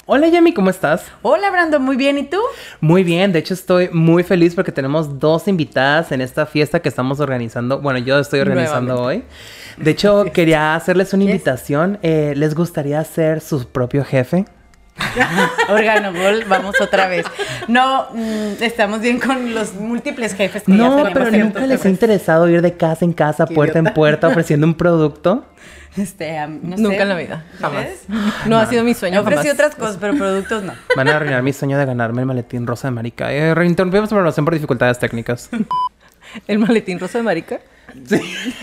Hola Yami, ¿cómo estás? Hola Brando, muy bien, ¿y tú? Muy bien, de hecho estoy muy feliz porque tenemos 2 invitadas en esta fiesta que estamos organizando. Bueno, yo estoy organizando hoy. De hecho, quería hacerles una invitación. ¿Les gustaría ser su propio jefe? Organogol, vamos otra vez. No, estamos bien con los múltiples jefes que No, ya pero tenemos. ¿nunca les ha interesado ir de casa en casa, puerta en puerta, ofreciendo un producto? No Nunca sé. en la vida, jamás. ¿Ves? No ha sido mi sueño He ofrecido jamás. otras cosas, pero productos no. Van a arruinar mi sueño de ganarme el maletín rosa de marica. Reinterrumpimos la programación por dificultades técnicas. ¿El maletín rosa de marica? Sí.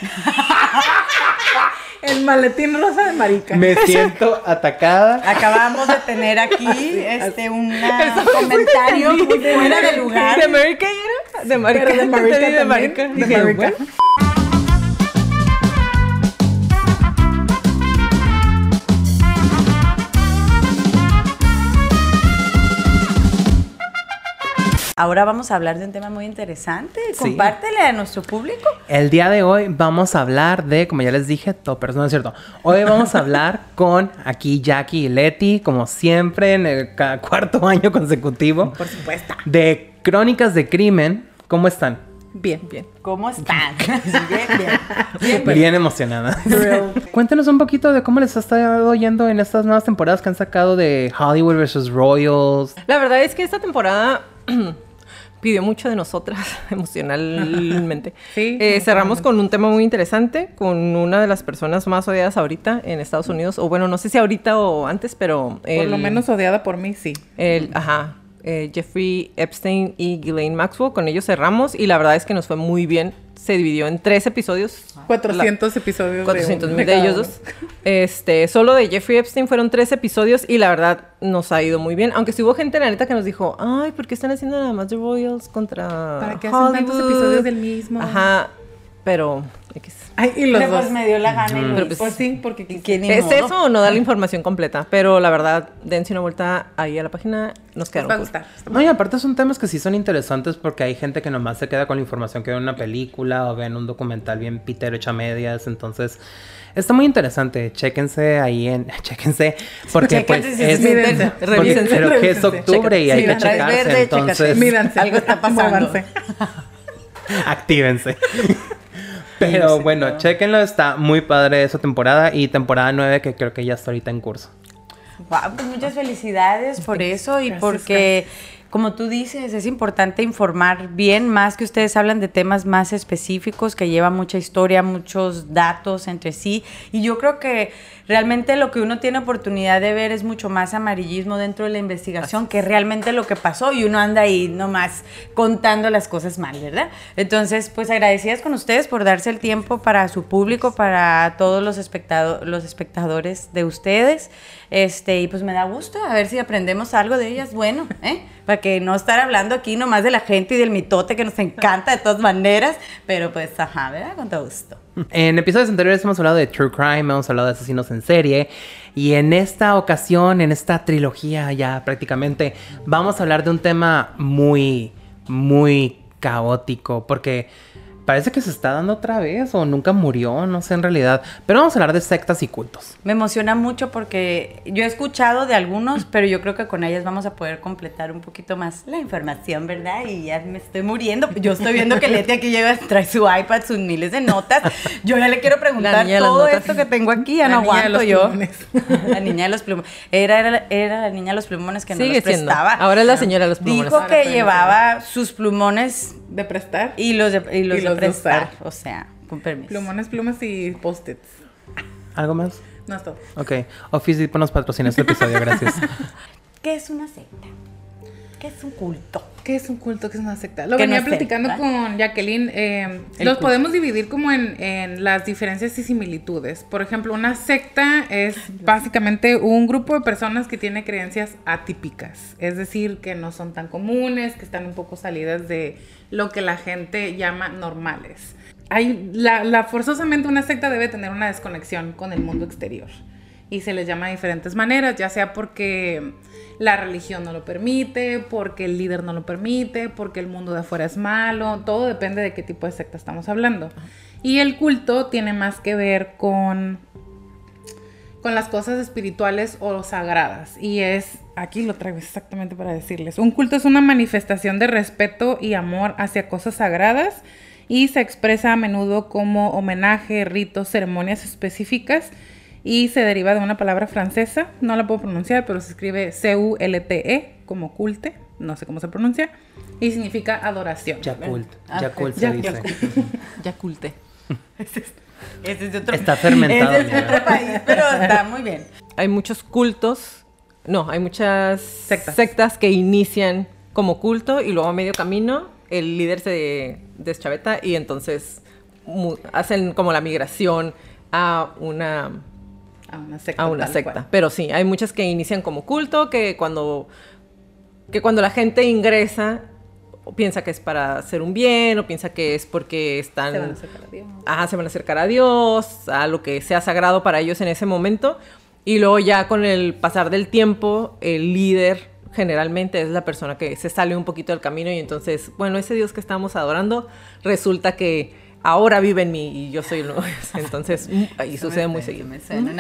El maletín rosa de marica. Me siento atacada. Acabamos de tener aquí un comentario muy fuera de lugar. ¿De América era? De marica. Pero de marica Entendí, de también. marica. De Dije, marica. bueno. Ahora vamos a hablar de un tema muy interesante. Sí. Compártele a nuestro público. El día de hoy vamos a hablar de, como ya les dije, toppers, no es cierto. Hoy vamos a hablar con aquí Jackie y Leti, como siempre, en el cuarto año consecutivo, Por supuesto. de Crónicas de Crimen. ¿Cómo están? Bien. Bien. ¿Cómo están? Bien. Bien emocionadas. Cuéntenos un poquito de cómo les ha estado yendo en estas nuevas temporadas que han sacado de Hollywood vs. Royals. La verdad es que esta temporada pidió mucho de nosotras emocionalmente. Sí. Cerramos con un tema muy interesante, con una de las personas más odiadas ahorita en Estados Unidos. O bueno, no sé si ahorita o antes, pero... Por lo menos odiada por mí, sí. Jeffrey Epstein y Ghislaine Maxwell, con ellos cerramos y la verdad es que nos fue muy bien. Se dividió en 3 episodios. 400 episodios 400,000 de ellos dos. Solo de Jeffrey Epstein fueron 3 episodios y la verdad nos ha ido muy bien. Aunque sí hubo gente, la neta, que nos dijo, ay, ¿por qué están haciendo nada más The Royals contra ¿Para qué hacen tantos Hollywood?" episodios del mismo? Pero... Ay, y los Pero dos. pues me dio la gana y lo Pero hice. Pues sí, porque ¿Quién ni ¿Es modo? eso o no dar la información completa? Pero la verdad, dense una vuelta ahí a la página. Nos les quedaron va a cool. gustar. No, y aparte son temas que sí son interesantes porque hay gente que nomás se queda con la información que ve en una película o ve en un documental bien pitero hecho a medias. Entonces, está muy interesante. Chéquense ahí Chéquense porque pues Chéquense, es... mírense, porque revísense. creo que es Revísense. octubre y hay Sí, que traes checarse. verde, Entonces, chécate. Mírense. Algo está pasando. Muévanse. actívense. Pero bueno, chéquenlo. Está muy padre esa temporada y temporada 9 que creo que ya está ahorita en curso. Wow, pues muchas felicidades por eso y Gracias, porque, como tú dices, es importante informar bien, más que ustedes hablan de temas más específicos que llevan mucha historia, muchos datos entre sí. Y yo creo que realmente lo que uno tiene oportunidad de ver es mucho más amarillismo dentro de la investigación que realmente lo que pasó y uno anda ahí nomás contando las cosas mal, ¿verdad? Entonces, pues agradecidas con ustedes por darse el tiempo para su público, para todos los espectadores de ustedes. Y pues me da gusto a ver si aprendemos algo de ellas, bueno, para que no estar hablando aquí nomás de la gente y del mitote que nos encanta de todas maneras, pero pues, ¿verdad? Con todo gusto. En episodios anteriores hemos hablado de True Crime, hemos hablado de asesinos en serie y en esta ocasión, en esta trilogía ya prácticamente, vamos a hablar de un tema muy, muy caótico porque parece que se está dando otra vez o nunca murió, no sé en realidad, pero vamos a hablar de sectas y cultos. Me emociona mucho porque yo he escuchado de algunos, pero yo creo que con ellas vamos a poder completar un poquito más la información, ¿verdad? Y ya me estoy muriendo. Yo estoy viendo que Leti aquí llega, trae su iPad, sus miles de notas. Yo ya le quiero La preguntar niña de las todo notas. esto que tengo aquí, ya La no niña de aguanto los yo. plumones. La niña de los plumones. Era la niña de los plumones que no Sigue los siendo. prestaba. Ahora es la señora de los plumones. Dijo Ahora que soy llevaba sus plumones De prestar. y los de de prestar. usar. O sea, con permiso. Plumones, plumas y post-its. ¿Algo más? No es todo. Ok. Office nos patrocina este episodio, gracias. ¿Qué es una secta? ¿Qué es un culto? ¿Qué es un culto? ¿Qué es una secta? Lo Que venía no sé, platicando ¿verdad? con Jacqueline. Los culto. podemos dividir como en las diferencias y similitudes. Por ejemplo, una secta es básicamente un grupo de personas que tiene creencias atípicas. Es decir, que no son tan comunes, que están un poco salidas de lo que la gente llama normales. Forzosamente una secta debe tener una desconexión con el mundo exterior. Y se les llama de diferentes maneras, ya sea porque la religión no lo permite, porque el líder no lo permite, porque el mundo de afuera es malo. Todo depende de qué tipo de secta estamos hablando. Y el culto tiene más que ver con con las cosas espirituales o sagradas. Y aquí lo traigo exactamente para decirles, un culto es una manifestación de respeto y amor hacia cosas sagradas y se expresa a menudo como homenaje, ritos, ceremonias específicas y se deriva de una palabra francesa, no la puedo pronunciar, pero se escribe C-U-L-T-E, como culte, no sé cómo se pronuncia, y significa adoración. Yakult. Yakult se dice. Yakulte. Este es de otro, Está fermentado. este es de otro país, pero está muy bien. Hay muchos cultos, hay muchas Sectas. que inician como culto y luego a medio camino el líder se deschaveta y entonces hacen como la migración a una secta. Pero sí, hay muchas que inician como culto, que cuando la gente ingresa piensa que es para hacer un bien o piensa que es porque están... Se van a acercar a Dios. Ajá, se van a acercar a Dios, a lo que sea sagrado para ellos en ese momento. Y luego ya con el pasar del tiempo, el líder generalmente es la persona que se sale un poquito del camino y entonces, bueno, ese Dios que estamos adorando resulta que ahora vive en mí y yo soy el nuevo Dios. Entonces, ahí sucede muy seguido. Me suena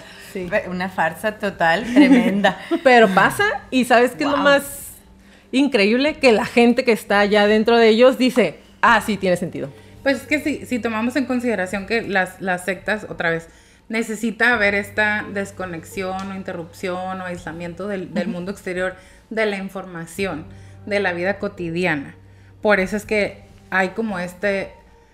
una farsa total, tremenda. Pero pasa y ¿sabes qué es lo más increíble? Que la gente que está allá dentro de ellos dice, sí, tiene sentido. Pues es que si tomamos en consideración que las sectas, otra vez, necesita haber esta desconexión o interrupción o aislamiento del mundo exterior, de la información, de la vida cotidiana. Por eso es que hay como este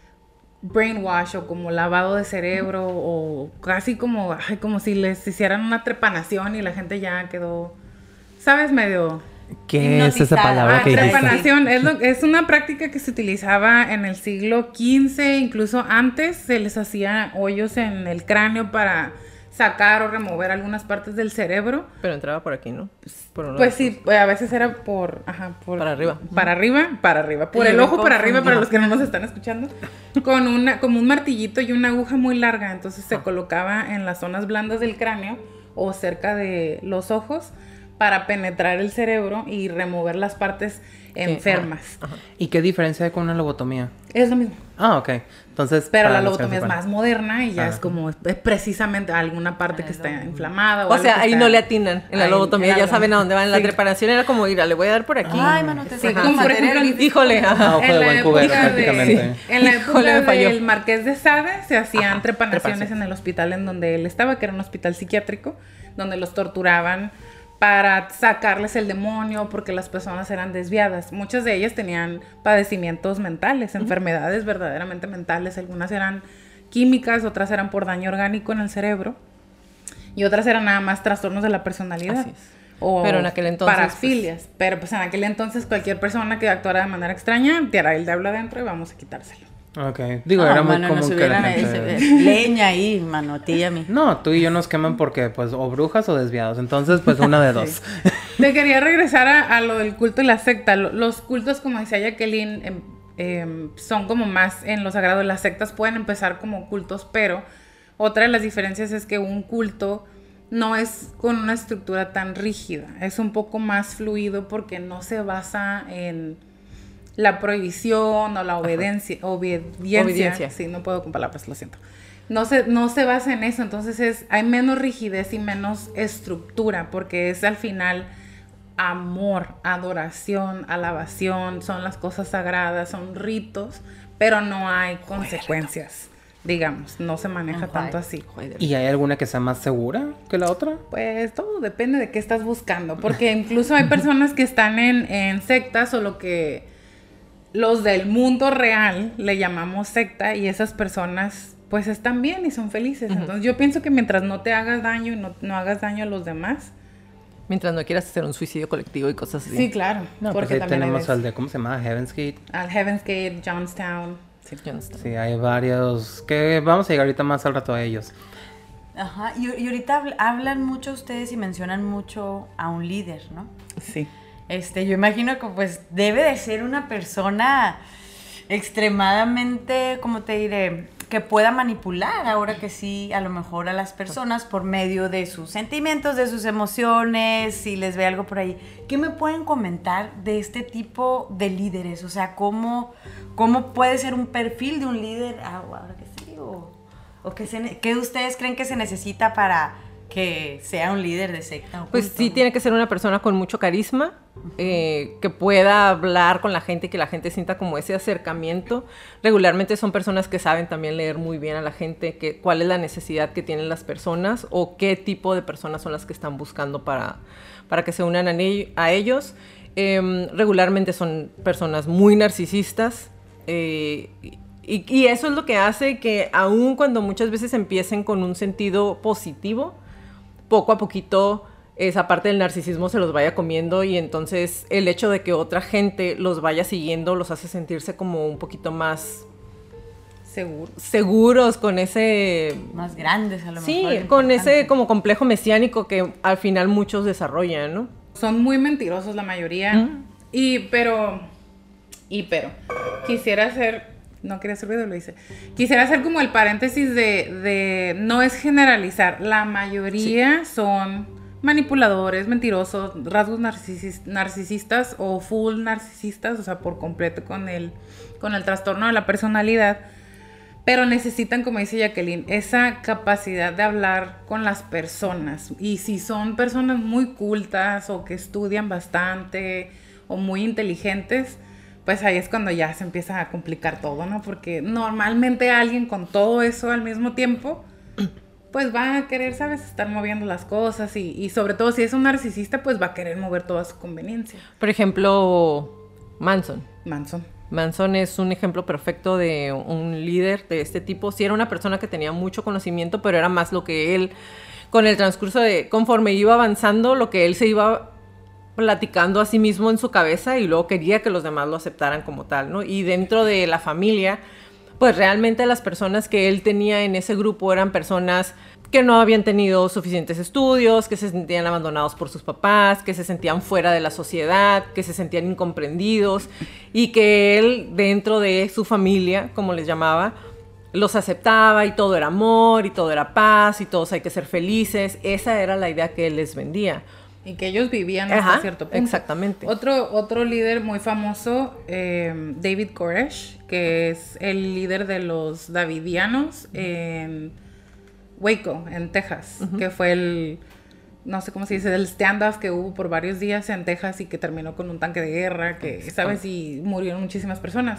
brainwash o como lavado de cerebro o casi como si les hicieran una trepanación y la gente ya quedó, ¿sabes? Medio... ¿Qué es esa palabra que dijiste? Trepanación es una práctica que se utilizaba en el siglo XV, incluso antes se les hacía hoyos en el cráneo para sacar o remover algunas partes del cerebro. Pero entraba por aquí, ¿no? Pues sí, a veces era por para arriba. Para arriba. Por el ojo para arriba, para los que no nos están escuchando. Como un martillito y una aguja muy larga. Entonces se colocaba en las zonas blandas del cráneo o cerca de los ojos para penetrar el cerebro y remover las partes enfermas. ¿Y qué diferencia hay con una lobotomía? Es lo mismo. Ok. Entonces, pero la lobotomía es más moderna y ya es como es precisamente alguna parte que está inflamada. O sea, ahí no le atinan en la lobotomía, ya saben a dónde van. En la trepanación era como, mira, le voy a dar por aquí. Ay, mano, te sí, como por ejemplo, híjole. Ojo de buen cubero, prácticamente. En la época del Marqués de Sade se hacían trepanaciones en el hospital en donde él estaba, que era un hospital psiquiátrico, donde los torturaban para sacarles el demonio porque las personas eran desviadas. Muchas de ellas tenían padecimientos mentales, enfermedades verdaderamente mentales. Algunas eran químicas, otras eran por daño orgánico en el cerebro y otras eran nada más trastornos de la personalidad. Así es. O pero en aquel entonces parafilias. Pero pues en aquel entonces cualquier persona que actuara de manera extraña te hará el diablo adentro y vamos a quitárselo. Ok. Digo, era muy común que la gente... leña ahí, mano, tía mí. No, tú y yo nos queman porque, pues, o brujas o desviados. Entonces, pues, una de dos. Te quería regresar a lo del culto y la secta. Los cultos, como decía Jacqueline, son como más en lo sagrado. Las sectas pueden empezar como cultos, pero otra de las diferencias es que un culto no es con una estructura tan rígida. Es un poco más fluido porque no se basa en la prohibición o la obediencia. Sí, no puedo con palabras, lo siento. No se basa en eso, entonces hay menos rigidez y menos estructura, porque es al final amor, adoración, alabación, son las cosas sagradas, son ritos, pero no hay consecuencias, digamos, no se maneja tanto así. ¿Y hay alguna que sea más segura que la otra? Pues todo depende de qué estás buscando, porque incluso hay personas que están en sectas o lo que los del mundo real le llamamos secta y esas personas pues están bien y son felices. Entonces yo pienso que mientras no te hagas daño y no hagas daño a los demás. Mientras no quieras hacer un suicidio colectivo y cosas así. Sí, claro. No, porque pues ahí tenemos al de, ¿cómo se llama? Heaven's Gate. Al Heaven's Gate, Johnstown. Sí, Johnstown. Sí, hay varios que vamos a llegar ahorita más al rato a ellos. Ajá, y ahorita hablan mucho ustedes y mencionan mucho a un líder, ¿no? Sí. Yo imagino que pues debe de ser una persona extremadamente, ¿cómo te diré? Que pueda manipular ahora que sí, a lo mejor a las personas por medio de sus sentimientos, de sus emociones, si les ve algo por ahí. ¿Qué me pueden comentar de este tipo de líderes? O sea, ¿cómo puede ser un perfil de un líder ahora que sí? ¿O qué ustedes creen que se necesita para que sea un líder de secta? Pues sí, tiene que ser una persona con mucho carisma, que pueda hablar con la gente, que la gente sienta como ese acercamiento. Regularmente son personas que saben también leer muy bien a la gente, cuál es la necesidad que tienen las personas o qué tipo de personas son las que están buscando para que se unan a ellos. Regularmente son personas muy narcisistas, y eso es lo que hace que aun cuando muchas veces empiecen con un sentido positivo, poco a poquito esa parte del narcisismo se los vaya comiendo, y entonces el hecho de que otra gente los vaya siguiendo los hace sentirse como un poquito más seguros, con ese... Más grandes a lo mejor. Sí, con ese como complejo mesiánico que al final muchos desarrollan, ¿no? Son muy mentirosos la mayoría. Pero quisiera hacer, no quería hacer ruido, lo hice. Quisiera hacer como el paréntesis de no es generalizar. La mayoría son manipuladores, mentirosos, rasgos narcisistas o full narcisistas, o sea, por completo con el trastorno de la personalidad. Pero necesitan, como dice Jacqueline, esa capacidad de hablar con las personas. Y si son personas muy cultas o que estudian bastante o muy inteligentes, pues ahí es cuando ya se empieza a complicar todo, ¿no? Porque normalmente alguien con todo eso al mismo tiempo, pues va a querer, ¿sabes? Estar moviendo las cosas y sobre todo si es un narcisista, pues va a querer mover toda su conveniencia. Por ejemplo, Manson es un ejemplo perfecto de un líder de este tipo. Sí, era una persona que tenía mucho conocimiento, pero era más lo que él, con el transcurso conforme iba avanzando, lo que él se iba platicando a sí mismo en su cabeza, y luego quería que los demás lo aceptaran como tal, ¿no? Y dentro de la familia, pues realmente las personas que él tenía en ese grupo eran personas que no habían tenido suficientes estudios, que se sentían abandonados por sus papás, que se sentían fuera de la sociedad, que se sentían incomprendidos, y que él, dentro de su familia, como les llamaba, los aceptaba, y todo era amor, y todo era paz, y todos hay que ser felices. Esa era la idea que él les vendía. Y que ellos vivían hasta cierto punto. Exactamente. Otro líder muy famoso, David Koresh, que es el líder de los Davidianos en Waco, en Texas, que fue no sé cómo se dice, el stand-off que hubo por varios días en Texas y que terminó con un tanque de guerra, que, ¿sabes? Y murieron muchísimas personas.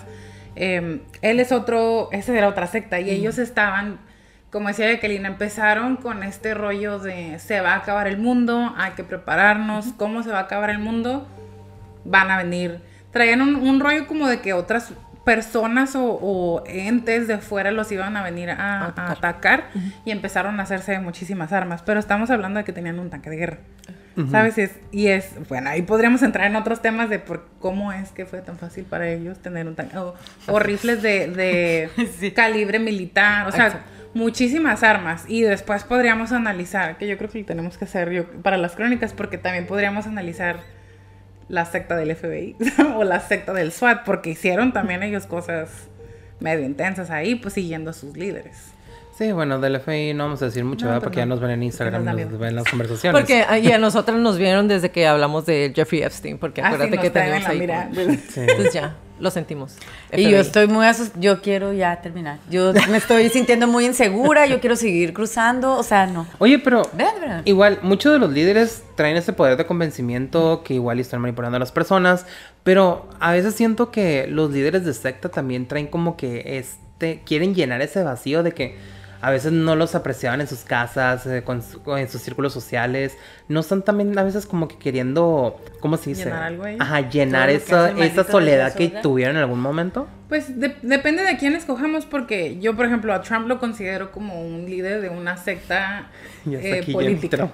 Ese era otra secta, y ellos estaban, como decía Jacqueline, empezaron con este rollo de se va a acabar el mundo, hay que prepararnos, ¿cómo se va a acabar el mundo? Van a venir. Traían un rollo como de que otras personas o entes de fuera los iban a venir a atacar, y empezaron a hacerse de muchísimas armas, pero estamos hablando de que tenían un tanque de guerra, ¿sabes? Bueno, ahí podríamos entrar en otros temas de cómo es que fue tan fácil para ellos tener un tanque, o rifles de calibre militar, o sea, muchísimas armas. Y después podríamos analizar, que yo creo que lo tenemos que hacer para las crónicas, porque también podríamos analizar la secta del FBI o la secta del SWAT, porque hicieron también ellos cosas medio intensas ahí, pues siguiendo a sus líderes. Sí, bueno, del FBI no vamos a decir mucho, ¿verdad? Porque ya nos ven en Instagram, nos ven las conversaciones. Porque y a nosotros nos vieron desde que hablamos de Jeffrey Epstein, porque acuérdate que teníamos ahí. Sí. Entonces ya, lo sentimos. FBI. Y yo estoy muy yo quiero ya terminar. Yo me estoy sintiendo muy insegura, yo quiero seguir cruzando, o sea, no. Oye, pero igual, muchos de los líderes traen ese poder de convencimiento que igual están manipulando a las personas, pero a veces siento que los líderes de secta también traen como que quieren llenar ese vacío de que a veces no los apreciaban en sus casas, en sus círculos sociales. No están también a veces como que queriendo, ¿cómo se dice? ¿Llenar algo ahí? Ajá, llenar esa soledad que tuvieron en algún momento. Pues depende de quién escojamos, porque yo, por ejemplo, a Trump lo considero como un líder de una secta política.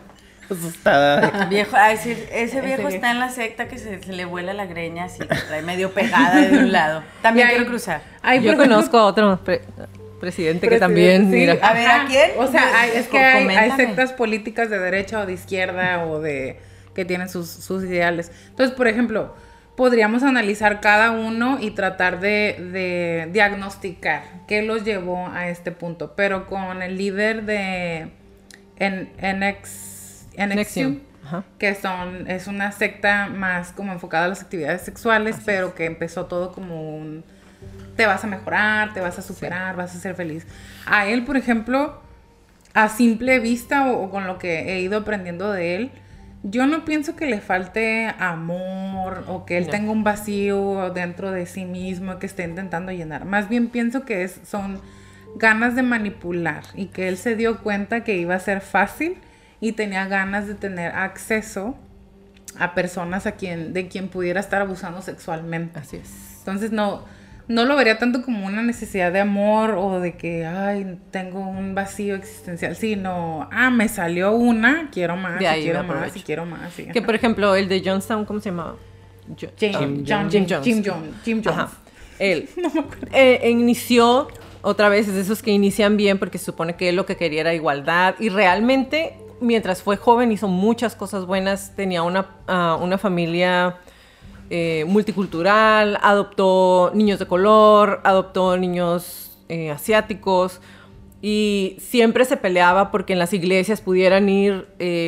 Viejo, ese viejo está en la secta que se le vuela la greña así, que trae medio pegada de un lado. También quiero cruzar. Yo conozco a otro presidente que también, sí. Mira. A ver, ¿a quién? O sea, hay sectas políticas de derecha o de izquierda o que tienen sus ideales. Entonces, por ejemplo, podríamos analizar cada uno y tratar de diagnosticar qué los llevó a este punto. Pero con el líder de NXIVM, que es una secta más como enfocada a las actividades sexuales, pero que empezó todo como te vas a mejorar, te vas a superar, vas a ser feliz. A él, por ejemplo, a simple vista o con lo que he ido aprendiendo de él, yo no pienso que le falte amor o que él tenga un vacío dentro de sí mismo que esté intentando llenar. Más bien pienso que son ganas de manipular y que él se dio cuenta que iba a ser fácil y tenía ganas de tener acceso a personas de quien pudiera estar abusando sexualmente. Así es. Entonces no lo vería tanto como una necesidad de amor o de que, ay, tengo un vacío existencial, sino, me salió una, quiero más, y quiero más, y quiero más. Sí. Que, por ejemplo, el de Johnstown, ¿cómo se llamaba? Jim Jones. Ajá. Él no me acuerdo. Inició, otra vez, es de esos que inician bien porque se supone que él lo que quería era igualdad y realmente, mientras fue joven, hizo muchas cosas buenas, tenía una familia multicultural, adoptó niños de color, adoptó niños asiáticos y siempre se peleaba porque en las iglesias pudieran ir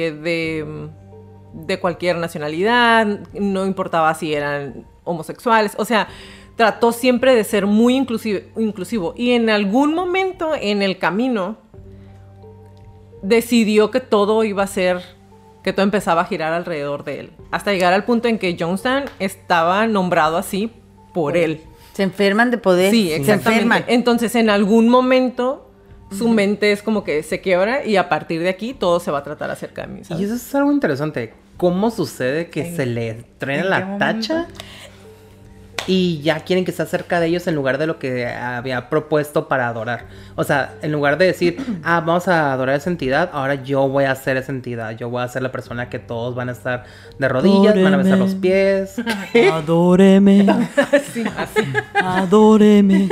de cualquier nacionalidad, no importaba si eran homosexuales, o sea, trató siempre de ser muy inclusivo y en algún momento en el camino decidió que todo iba a ser, que todo empezaba a girar alrededor de él, hasta llegar al punto en que Johnstown estaba nombrado así por él. Se enferman de poder. Sí, exactamente. Entonces, en algún momento, su mente es como que se quiebra y a partir de aquí todo se va a tratar acerca de mí, ¿sabes? Y eso es algo interesante. ¿Cómo sucede que se le truena la tacha? Y ya quieren que esté cerca de ellos en lugar de lo que había propuesto para adorar. O sea, en lugar de decir, vamos a adorar esa entidad, ahora yo voy a ser esa entidad. Yo voy a ser la persona que todos van a estar de rodillas, van a besar los pies. Adóreme. Sí, así. Adóreme.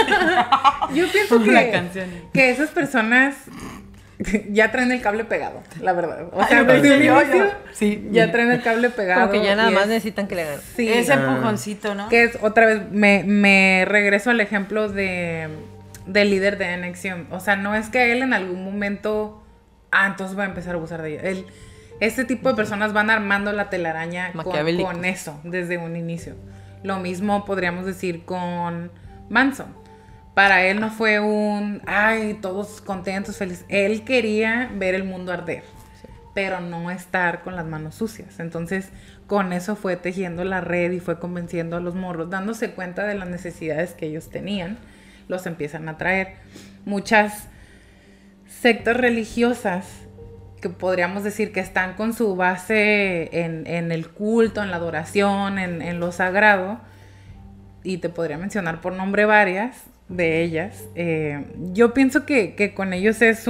Yo pienso que esas personas ya traen el cable pegado, la verdad. O sea, desde el inicio, ya traen el cable pegado. Como que ya nada más necesitan que le hagan. Sí, ese empujoncito, ¿no? Que es, otra vez, me regreso al ejemplo del líder de NXIVM. O sea, no es que él en algún momento, entonces va a empezar a abusar de ella. Este tipo de personas van armando la telaraña con eso, desde un inicio. Lo mismo podríamos decir con Manson. Para él no fue todos contentos, felices. Él quería ver el mundo arder, pero no estar con las manos sucias. Entonces, con eso fue tejiendo la red y fue convenciendo a los morros, dándose cuenta de las necesidades que ellos tenían, los empiezan a traer. Muchas sectas religiosas que podríamos decir que están con su base en el culto, en la adoración, en lo sagrado, y te podría mencionar por nombre varias de ellas. Yo pienso que con ellos es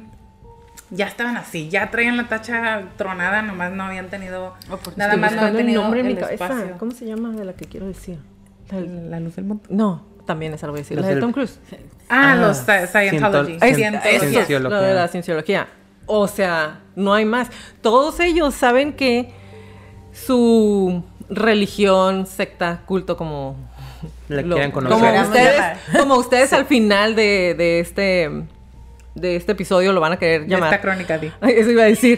ya estaban así, ya traían la tacha tronada, nomás no habían tenido nada más, no habían tenido el espacio. ¿Cómo se llama de la que quiero decir? La luz del mundo. No, también esa lo voy a decir. La de Tom Cruise. Los Scientology. Lo de la cienciología. O sea, no hay más. Todos ellos saben que su religión, secta, culto, como quieran conocer. Como ustedes al final de este episodio lo van a querer llamar. De esta crónica, Eso iba a decir.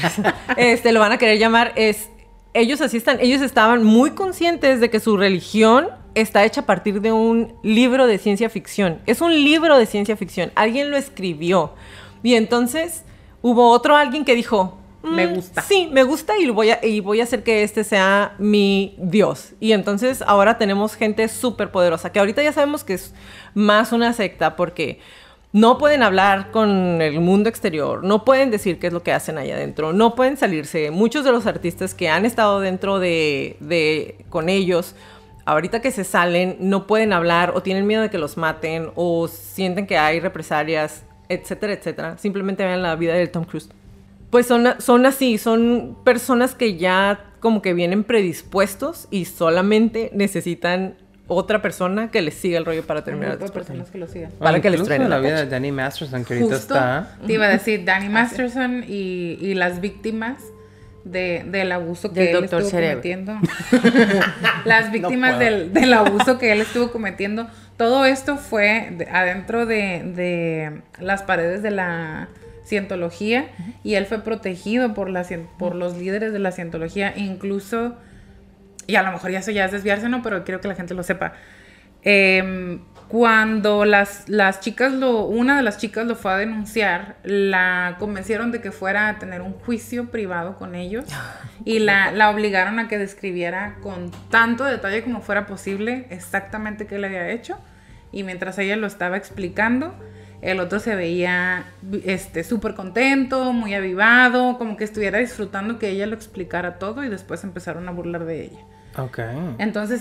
Lo van a querer llamar. Ellos así están. Ellos estaban muy conscientes de que su religión está hecha a partir de un libro de ciencia ficción. Es un libro de ciencia ficción. Alguien lo escribió. Y entonces hubo alguien que dijo, me gusta. Sí, me gusta y voy a hacer que este sea mi Dios. Y entonces ahora tenemos gente súper poderosa, que ahorita ya sabemos que es más una secta porque no pueden hablar con el mundo exterior, no pueden decir qué es lo que hacen allá adentro, no pueden salirse. Muchos de los artistas que han estado dentro con ellos, ahorita que se salen, no pueden hablar o tienen miedo de que los maten o sienten que hay represalias, etcétera, etcétera. Simplemente vean la vida de Tom Cruise. Pues son así, son personas que ya como que vienen predispuestos y solamente necesitan otra persona que les siga el rollo para terminar. Personas que lo sigan. Para que les truene la vida de Danny Masterson, que ahorita está. Te iba a decir, Danny Masterson y las víctimas del abuso que él estuvo cometiendo. Las víctimas del abuso que él estuvo cometiendo. Todo esto fue adentro de las paredes de la cientología, y él fue protegido por los líderes de la cientología, incluso, y a lo mejor eso ya es desviarse, ¿no? Pero quiero que la gente lo sepa. Cuando las chicas una de las chicas lo fue a denunciar, la convencieron de que fuera a tener un juicio privado con ellos y la obligaron a que describiera con tanto detalle como fuera posible exactamente qué le había hecho. Y mientras ella lo estaba explicando, el otro se veía súper contento, muy avivado, como que estuviera disfrutando que ella lo explicara todo, y después empezaron a burlar de ella. Ok. Entonces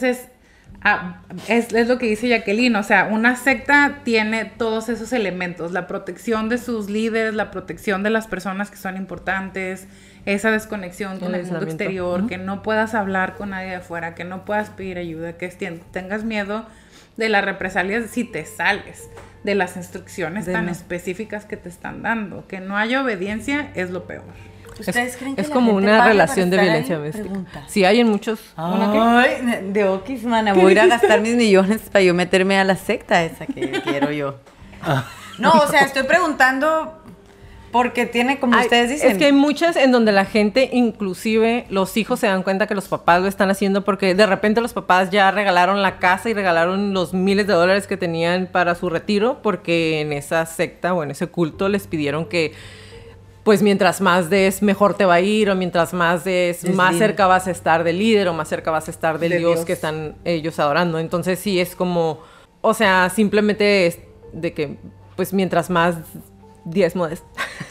es lo que dice Jacqueline, o sea, una secta tiene todos esos elementos: la protección de sus líderes, la protección de las personas que son importantes, esa desconexión con el mundo exterior, que no puedas hablar con nadie de afuera, que no puedas pedir ayuda, que tengas miedo de las represalias si te sales de las instrucciones tan específicas que te están dando. Que no haya obediencia es lo peor. ¿Ustedes creen que es la como gente una paga relación de para violencia estar ahí? doméstica. Pregunta. Sí, hay en muchos. Ay, de okis, mana. Voy a ir a gastar mis millones para yo meterme a la secta esa que quiero yo. No, o sea, estoy preguntando porque tiene, como ustedes dicen. Es que hay muchas en donde la gente, inclusive los hijos, se dan cuenta que los papás lo están haciendo porque de repente los papás ya regalaron la casa y regalaron los miles de dólares que tenían para su retiro, porque en esa secta o en ese culto les pidieron que, pues mientras más des, mejor te va a ir, o mientras más des, más líder. cerca vas a estar del líder, o más cerca vas a estar del De Dios Dios que están ellos adorando. Entonces sí es como, o sea, simplemente es de que, pues mientras más diezmo des,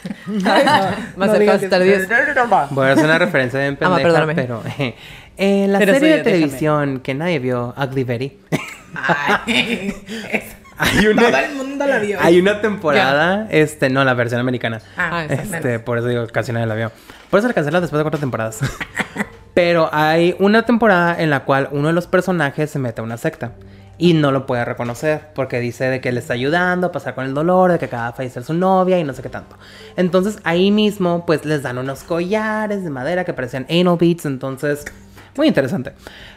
más cerca vas a estar Dios. Voy a hacer una referencia bien pendeja, perdóname. pero en la Pero serie soy de yo, televisión que nadie vio, Ugly Betty, Ay, hay todo el mundo la vio. hay una temporada, no, la versión americana. exactamente. Por eso digo, casi nadie la vio. Por eso la cancelan después de 4 temporadas. Pero hay una temporada en la cual uno de los personajes se mete a una secta y no lo puede reconocer porque dice de que le está ayudando a pasar con el dolor, de que acaba de fallecer su novia y no sé qué tanto. Entonces ahí mismo pues les dan unos collares de madera que parecían anal beads, entonces muy interesante.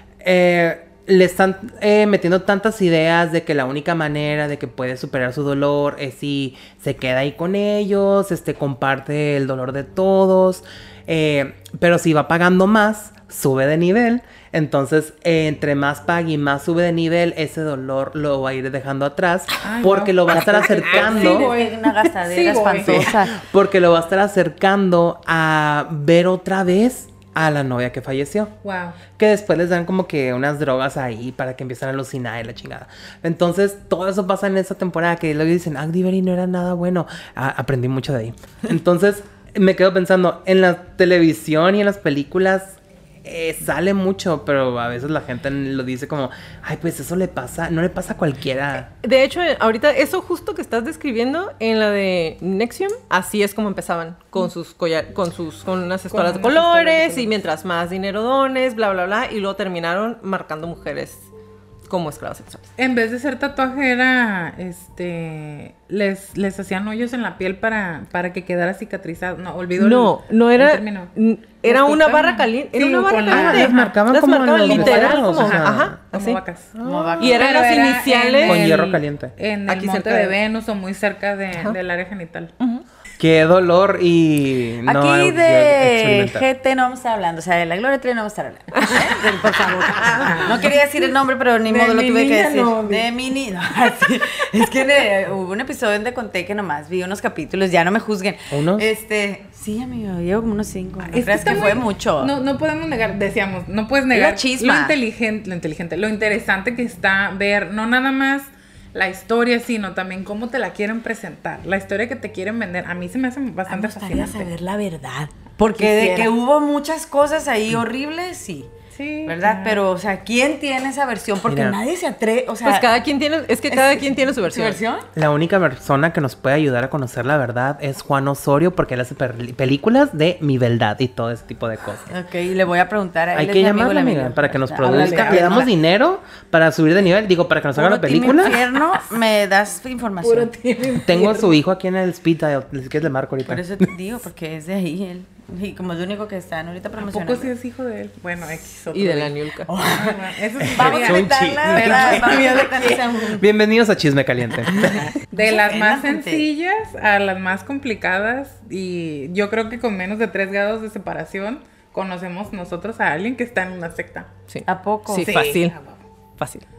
Le están metiendo tantas ideas de que la única manera de que puede superar su dolor es si se queda ahí con ellos, comparte el dolor de todos, pero si va pagando más, sube de nivel. Entonces, entre más pague y más sube de nivel, ese dolor lo va a ir dejando atrás. Ay, porque no. lo va a estar acercando. Es una gastadera Sí, voy. espantosa. Porque lo va a estar acercando a ver otra vez a la novia que falleció. Wow. Que después les dan como que unas drogas ahí para que empiecen a alucinar y la chingada. Entonces, todo eso pasa en esa temporada que luego dicen, Ugly Betty no era nada bueno. Aprendí mucho de ahí. Entonces, me quedo pensando, en la televisión y en las películas sale mucho, pero a veces la gente lo dice como, ay, pues eso le pasa, no le pasa a cualquiera. De hecho, ahorita, eso justo que estás describiendo en la de Nexium, así es como empezaban, con sus con unas escuelas de colores, y mientras más dinero dones, bla, bla, bla, y luego terminaron marcando mujeres como esclavas sexuales. En vez de ser tatuaje era, les hacían hoyos en la piel para que quedara cicatrizado. No, olvido no el era, término. era Los una cortaban. barra caliente, era Sí, una barra con caliente. las marcaban como en los literal, bocetos, como, o sea, ajá, Como así. vacas. Como vaca. Y eran Pero las era iniciales. Con hierro caliente. En el Aquí monte cerca de de- Venus o muy cerca del área genital. Qué dolor y no Aquí algo que de experimentar. GT no vamos a estar hablando, o sea, de la Gloria Trevi no vamos a estar hablando. Por favor. No quería decir el nombre, pero ni De modo lo mi tuve que niña, decir. no, De mi niña. Sí. Es que hubo un episodio donde conté que nomás vi unos capítulos, ya no me juzguen. ¿Unos? Sí, amigo, llevo como unos 5. Es ¿Crees que fue mucho? No podemos negar, decíamos, no puedes negar La chisma. lo inteligente, lo interesante que está ver, no nada más la historia, sino también cómo te la quieren presentar, la historia que te quieren vender. A mí se me hace bastante Me gustaría fascinante. saber la verdad. Porque de Quisiera. que hubo muchas cosas ahí horribles, sí. Sí, ¿Verdad? claro. Pero, o sea, ¿quién tiene esa versión? Porque Mira. nadie se atreve, o sea... Pues cada quien tiene, es que cada quien tiene su ¿Su versión. versión? La única persona que nos puede ayudar a conocer la verdad es Juan Osorio, porque él hace películas de mi verdad y todo ese tipo de cosas. Ok, le voy a preguntar a él. Hay es que mi amigo, llamarla, el amiga, amigo. para que nos Háblale, produzca. háblale. Le damos dinero para subir de nivel. Digo, para que nos haga la Puro team película. infierno, me das información. Tengo a su hijo aquí en el speed dial. Si quieres le marco ahorita. Por eso te digo, porque es de ahí él. Y como es lo único que están ahorita ¿A poco promocionando. sí es hijo de él? Bueno, X. otro Y de día. la Niulka. Eso sí Vamos a sería- invitarla, chisme. ¿verdad? Vamos a invitarla. Bienvenidos a Chisme Caliente. De las ofenda, más gente. sencillas a las más complicadas, y yo creo que con menos de 3 grados de separación conocemos nosotros a alguien que está en una secta. Sí. ¿A poco? Sí, Sí. fácil. Fácil.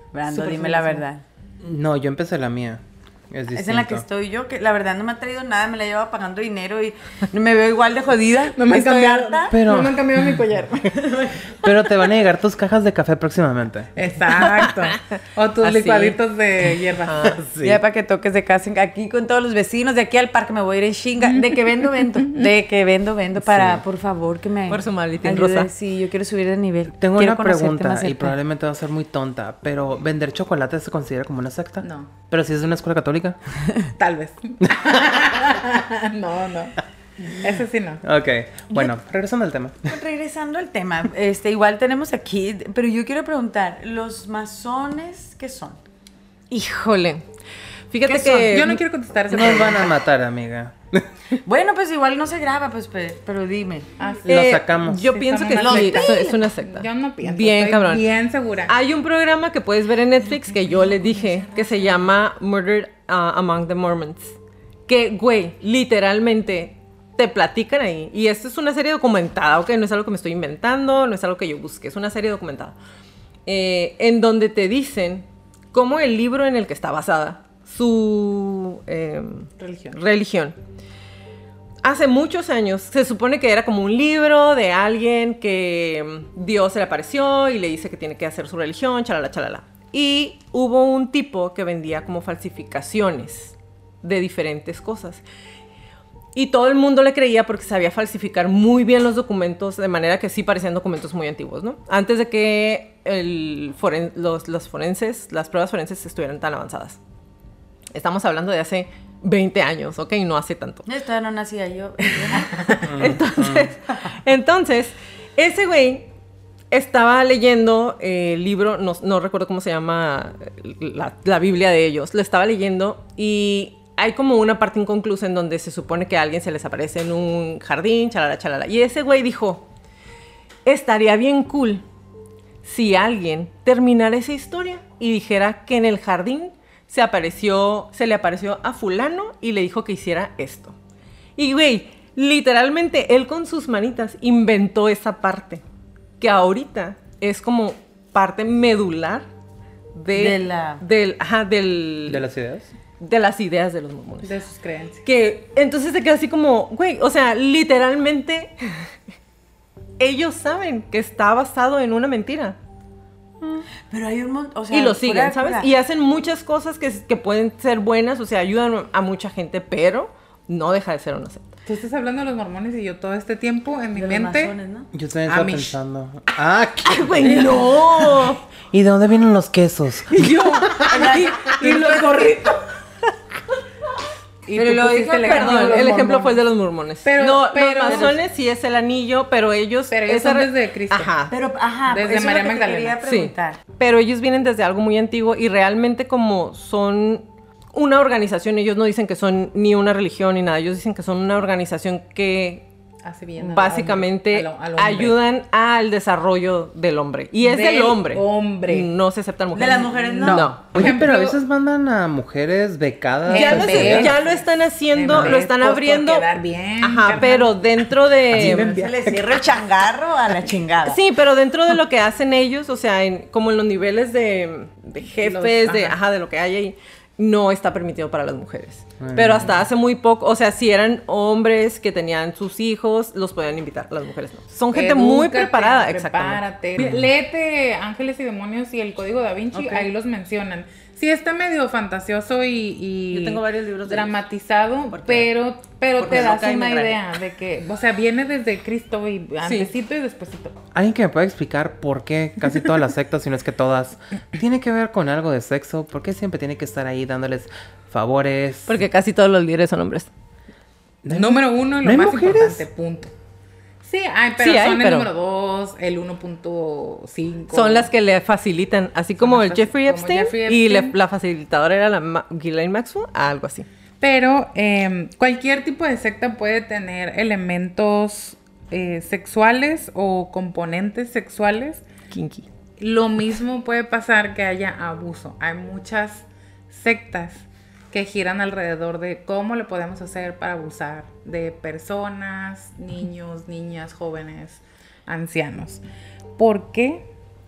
Brando, Súper dime la fascinación. verdad. No, yo empecé la mía. Es Es en la que distinto. estoy yo, que la verdad no me ha traído nada, me la llevo pagando dinero y me veo igual de jodida. No me han Estoy cambiado, harta. Pero- no me han cambiado mi collar. Pero te van a llegar tus cajas de café próximamente. Exacto. O tus Así. licuaditos de hierba. Sí. Ya para que toques de casa aquí con todos los vecinos, de aquí al parque me voy a ir en chinga. De que vendo, para, Sí. por favor, que me Por su maletín ayude. rosa. Sí, yo quiero subir de nivel. Tengo Quiero una conocerte pregunta más y cerca. probablemente va a ser muy tonta, pero ¿vender chocolate se considera como una secta? No. Pero si es de una escuela católica. Tal vez. No. Ese sí no. Ok, bueno, regresando al tema. Pues regresando al tema, igual tenemos aquí, pero yo quiero preguntar, ¿los masones qué son? Híjole. Fíjate ¿Qué son? que... Yo no quiero contestar esa Nos van pregunta. a matar, amiga. Bueno, pues igual no se graba, pues, pero dime. Ah, sí. Lo sacamos. Yo Sí, pienso que estamos sí, mal. es una secta. Yo no pienso. Bien, estoy cabrón. Bien segura. Hay un programa que puedes ver en Netflix que yo les dije que se llama Murder Among the Mormons. Que, güey, literalmente te platican ahí. Y esto es una serie documentada, ¿ok? No es algo que me estoy inventando, no es algo que yo busque, es una serie documentada. En donde te dicen cómo el libro en el que está basada, su religión. Hace muchos años se supone que era como un libro de alguien que Dios se le apareció y le dice que tiene que hacer su religión, chalala, chalala. Y hubo un tipo que vendía como falsificaciones de diferentes cosas. Y todo el mundo le creía porque sabía falsificar muy bien los documentos, de manera que sí parecían documentos muy antiguos, ¿no? Antes de que las pruebas forenses estuvieran tan avanzadas. Estamos hablando de hace 20 años, ¿ok? No hace tanto. Todavía no nacía yo. Entonces, ese güey estaba leyendo el libro, no recuerdo cómo se llama la Biblia de ellos, lo estaba leyendo y hay como una parte inconclusa en donde se supone que a alguien se les aparece en un jardín, chalala, chalala. Y ese güey dijo, estaría bien cool si alguien terminara esa historia y dijera que en el jardín se le apareció a fulano y le dijo que hiciera esto. Y güey, literalmente él con sus manitas inventó esa parte, que ahorita es como parte medular De ¿De las ideas? de las ideas de los mormones. De sus creencias. Que entonces se queda así como, güey, o sea, literalmente ellos saben que está basado en una mentira. Pero hay un montón, o sea, Y lo fuera siguen, de ¿sabes? cura. Y hacen muchas cosas que pueden ser buenas, o sea, ayudan a mucha gente, pero no deja de ser una secta. Tú estás hablando de los mormones y yo todo este tiempo en mi De los mente. masones, ¿no? Yo también estaba Amish. pensando. Ah, ¡Ay, güey, no! ¿y de dónde vienen los quesos? Y los gorritos. Y Pero tú lo pusiste dijo, el ejemplo de perdón, los el ejemplo mormones. fue el de los mormones. Pero- no, pero- los masones sí es el anillo, pero ellos... Pero ellos esa son re- desde Cristo. Ajá. Pero, Desde eso es María lo que te Magdalena. quería Sí, preguntar. pero ellos vienen desde algo muy antiguo y realmente como son una organización, ellos no dicen que son ni una religión ni nada, ellos dicen que son una organización que Hace bien al básicamente hombre, al hombre. ayudan al desarrollo del hombre. Y es del Del hombre. hombre. No se aceptan mujeres. De las mujeres no. Por Oye, ejemplo, pero a veces mandan a mujeres becadas. Ya En lo, vez- ya lo están haciendo, en lo vez, están pues, abriendo. por quedar bien, Ajá, carnal. pero dentro de... Se le cierra el changarro a la chingada. Sí, pero dentro de lo que hacen ellos, o sea, como en los niveles de jefes, Ajá. de lo que hay ahí, no está permitido para las mujeres. Pero hasta hace muy poco, o sea, si eran hombres que tenían sus hijos, los podían invitar, las mujeres no. Son gente muy Edúcate, preparada, exactamente. prepárate. Léete Ángeles y Demonios y el Código Da Vinci, Ok. ahí los mencionan. Sí está medio fantasioso y Yo tengo varios libros de dramatizado, Porque- pero porque te das loca y una me trae. idea de que, o sea, viene desde Cristo y antesito y despuésito. ¿Alguien que me pueda explicar por qué casi todas las sectas, si no es que todas, tiene que ver con algo de sexo? ¿Por qué siempre tiene que estar ahí dándoles favores? Porque casi todos los líderes son hombres. ¿No hay- Número uno, ¿no lo hay más mujeres? importante, punto. Sí, pero Sí hay, son pero- el número 2, el 1.5. Son las que le facilitan, así como las el Jeffrey como Epstein, Jeffrey y Epstein. la facilitadora era la Ghislaine Maxwell, algo así. Pero cualquier tipo de secta puede tener elementos sexuales o componentes sexuales. Kinky. Lo mismo puede pasar que haya abuso. Hay muchas sectas que giran alrededor de cómo le podemos hacer para abusar de personas, niños, niñas, jóvenes, ancianos. ¿Por qué?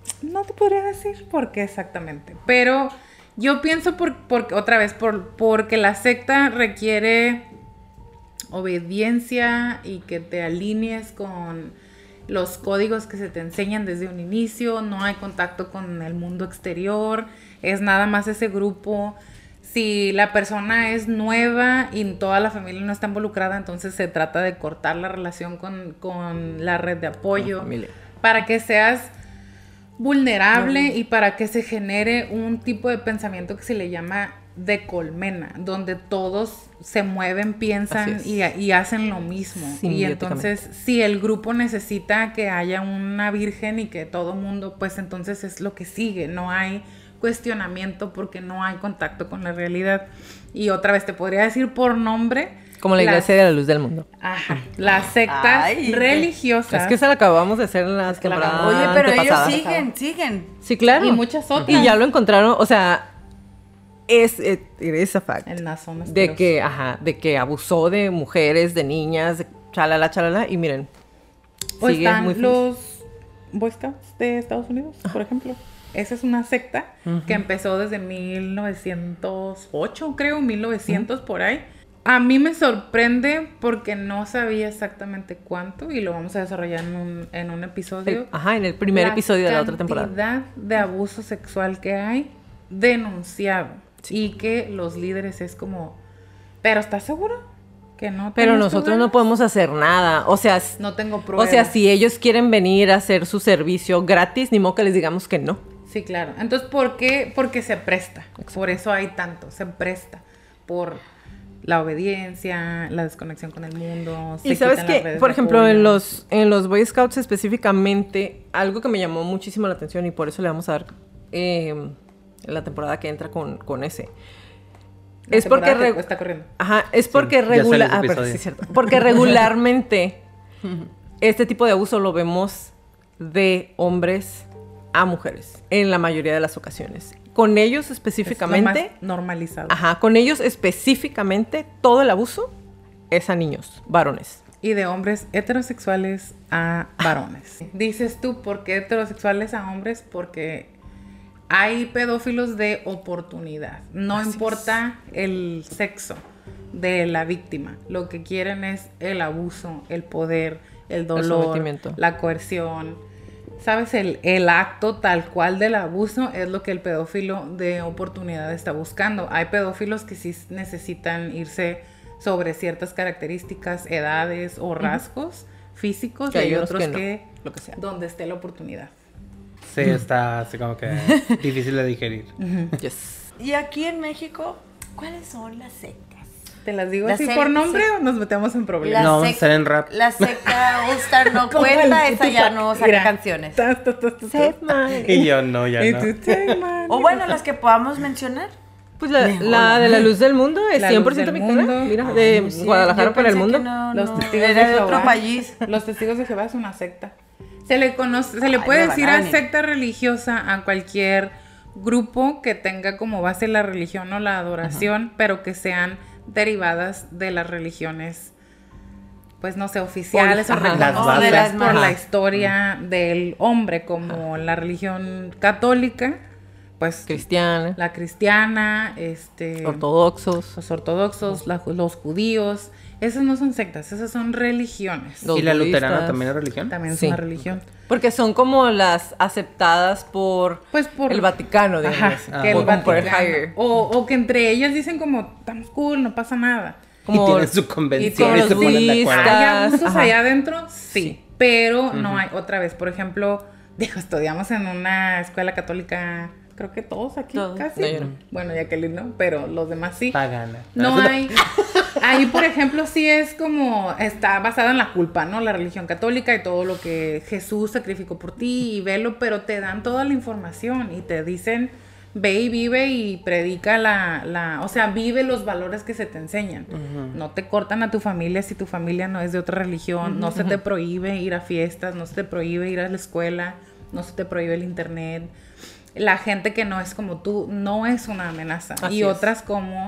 No te podría decir por qué exactamente, pero yo pienso porque la secta requiere obediencia y que te alinees con los códigos que se te enseñan desde un inicio, no hay contacto con el mundo exterior, es nada más ese grupo. Si la persona es nueva y toda la familia no está involucrada, entonces se trata de cortar la relación con la red de apoyo para que seas vulnerable y para que se genere un tipo de pensamiento que se le llama de colmena, donde todos se mueven, piensan y hacen lo mismo. Y entonces, si el grupo necesita que haya una virgen y que todo mundo, pues entonces es lo que sigue. No hay cuestionamiento porque no hay contacto con la realidad. Y otra vez te podría decir por nombre. Como la Iglesia de la Luz del Mundo. Ajá. Las sectas religiosas. Es que esa la acabamos de hacer en las temporadas. Oye, pero ellos siguen. Sí, claro. Y muchas otras. Y ya lo encontraron, o sea, es a fact. El nazón de que abusó de mujeres, de niñas, chalala, y miren. O están muy los Boy Scouts de Estados Unidos, por ejemplo. Esa es una secta que empezó desde 1908, creo, 1900 por ahí. A mí me sorprende porque no sabía exactamente cuánto y lo vamos a desarrollar en un episodio. En el primer episodio de la otra temporada. La cantidad de abuso sexual que hay denunciado y que los líderes es como, ¿pero estás seguro? Que no. Pero nosotros no podemos hacer nada, o sea, no tengo pruebas. O sea, si ellos quieren venir a hacer su servicio gratis, ni modo que les digamos que no. Sí, claro. Entonces, ¿por qué? Porque se presta. Por eso hay tanto, se presta por la obediencia, la desconexión con el mundo. Y sabes que, por ejemplo, en los Boy Scouts específicamente, algo que me llamó muchísimo la atención y por eso le vamos a dar la temporada que entra con ese. Es porque está corriendo. Es porque porque regularmente este tipo de abuso lo vemos de hombres a mujeres en la mayoría de las ocasiones. Con ellos específicamente es lo más normalizado. Con ellos específicamente todo el abuso es a niños, varones. Y de hombres heterosexuales a varones. Dices tú, ¿por qué heterosexuales a hombres? Porque hay pedófilos de oportunidad. No importa el sexo de la víctima. Lo que quieren es el abuso, el poder, el dolor, la coerción. ¿Sabes? El acto tal cual del abuso es lo que el pedófilo de oportunidad está buscando. Hay pedófilos que sí necesitan irse sobre ciertas características, edades o rasgos físicos. Y hay otros que lo que sea, donde esté la oportunidad. Sí, está así como que difícil de digerir. Yes. Y aquí en México, ¿cuáles son las sectas? ¿Te las digo así por nombre o nos metemos en problemas? No, vamos a hacer en rap. La secta Ustar no cuenta, esa ya no saca canciones. Y yo no, ya no. O bueno, las que podamos mencionar. Pues la de la Luz del Mundo es 100% mexicana. Mira, de Guadalajara para el mundo. Los testigos de Era de Jehová. otro país. Los testigos de Jehová es una secta. Se le puede decir a secta religiosa a cualquier grupo que tenga como base la religión o la adoración, pero que sean derivadas de las religiones, pues no sé, oficiales o reconocidas por la historia del hombre, como la religión católica, pues cristiana, la cristiana, ortodoxos, los ortodoxos, los judíos. Esas no son sectas, esas son religiones. ¿Y la luterana también es religión? También es una religión. Porque son como las aceptadas por el Vaticano, digamos. Que el Vaticano. O que entre ellas dicen como, estamos cool, no pasa nada. Como, y tienen su convención y se ponen de acuerdo. ¿Hay abusos allá adentro? Sí. Pero no hay, otra vez, por ejemplo, estudiamos en una escuela católica, creo que todos aquí casi. No, yo no. Bueno, Jacqueline no, pero los demás sí. Pagana. No hay. Ahí, por ejemplo, sí es como, está basada en la culpa, ¿no? La religión católica y todo lo que Jesús sacrificó por ti y velo, pero te dan toda la información y te dicen, ve y vive y predica o sea, vive los valores que se te enseñan. No te cortan a tu familia si tu familia no es de otra religión, no se te prohíbe ir a fiestas, no se te prohíbe ir a la escuela, no se te prohíbe el internet. La gente que no es como tú no es una amenaza. Así y otras como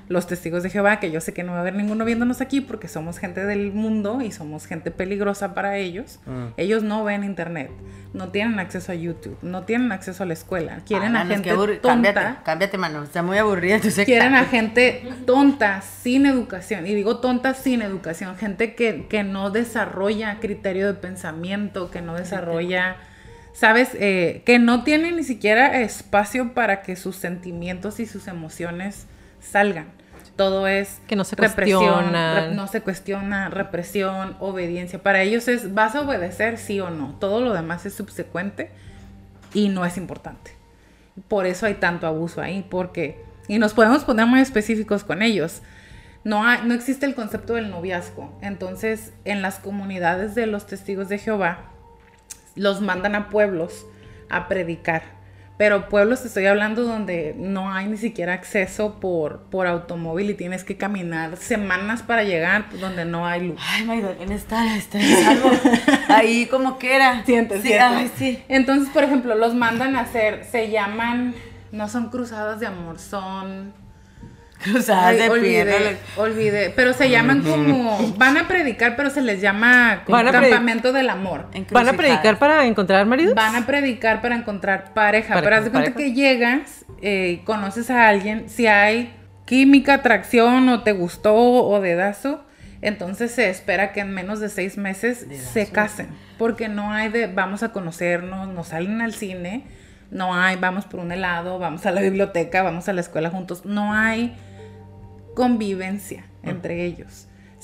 los testigos de Jehová, que yo sé que no va a haber ninguno viéndonos aquí porque somos gente del mundo y somos gente peligrosa para ellos. Ellos no ven internet, no tienen acceso a YouTube, no tienen acceso a la escuela. Quieren a gente tonta. Cámbiate, mano, está muy aburrida tu secta. Quieren a gente tonta, sin educación. Y digo tonta sin educación. Gente que no desarrolla criterio de pensamiento, que no desarrolla... ¿Sabes? Que no tiene ni siquiera espacio para que sus sentimientos y sus emociones salgan. Todo es que no se represión, no se cuestiona, represión, obediencia. Para ellos es, ¿vas a obedecer sí o no? Todo lo demás es subsecuente y no es importante. Por eso hay tanto abuso ahí, porque... Y nos podemos poner muy específicos con ellos. No existe el concepto del noviazgo. Entonces, en las comunidades de los testigos de Jehová, los mandan a pueblos a predicar. Pero pueblos, te estoy hablando donde no hay ni siquiera acceso por automóvil y tienes que caminar semanas para llegar, donde no hay luz. Ay, Magdalena está algo ahí como que era. Sientes, sí, ay, sí. Entonces, por ejemplo, los mandan a hacer, se llaman, no son cruzadas de amor, son... Cruzadas de olvidé, pero se llaman como, van a predicar, pero se les llama como campamento del amor. ¿Van a predicar para encontrar maridos? Van a predicar para encontrar pareja, pero haz de cuenta que llegas, conoces a alguien, si hay química, atracción, o te gustó, o dedazo, entonces se espera que en menos de 6 meses se casen, porque no hay de, vamos a conocernos, nos salen al cine, no hay, vamos por un helado, vamos a la biblioteca, vamos a la escuela juntos, no hay convivencia entre ellos.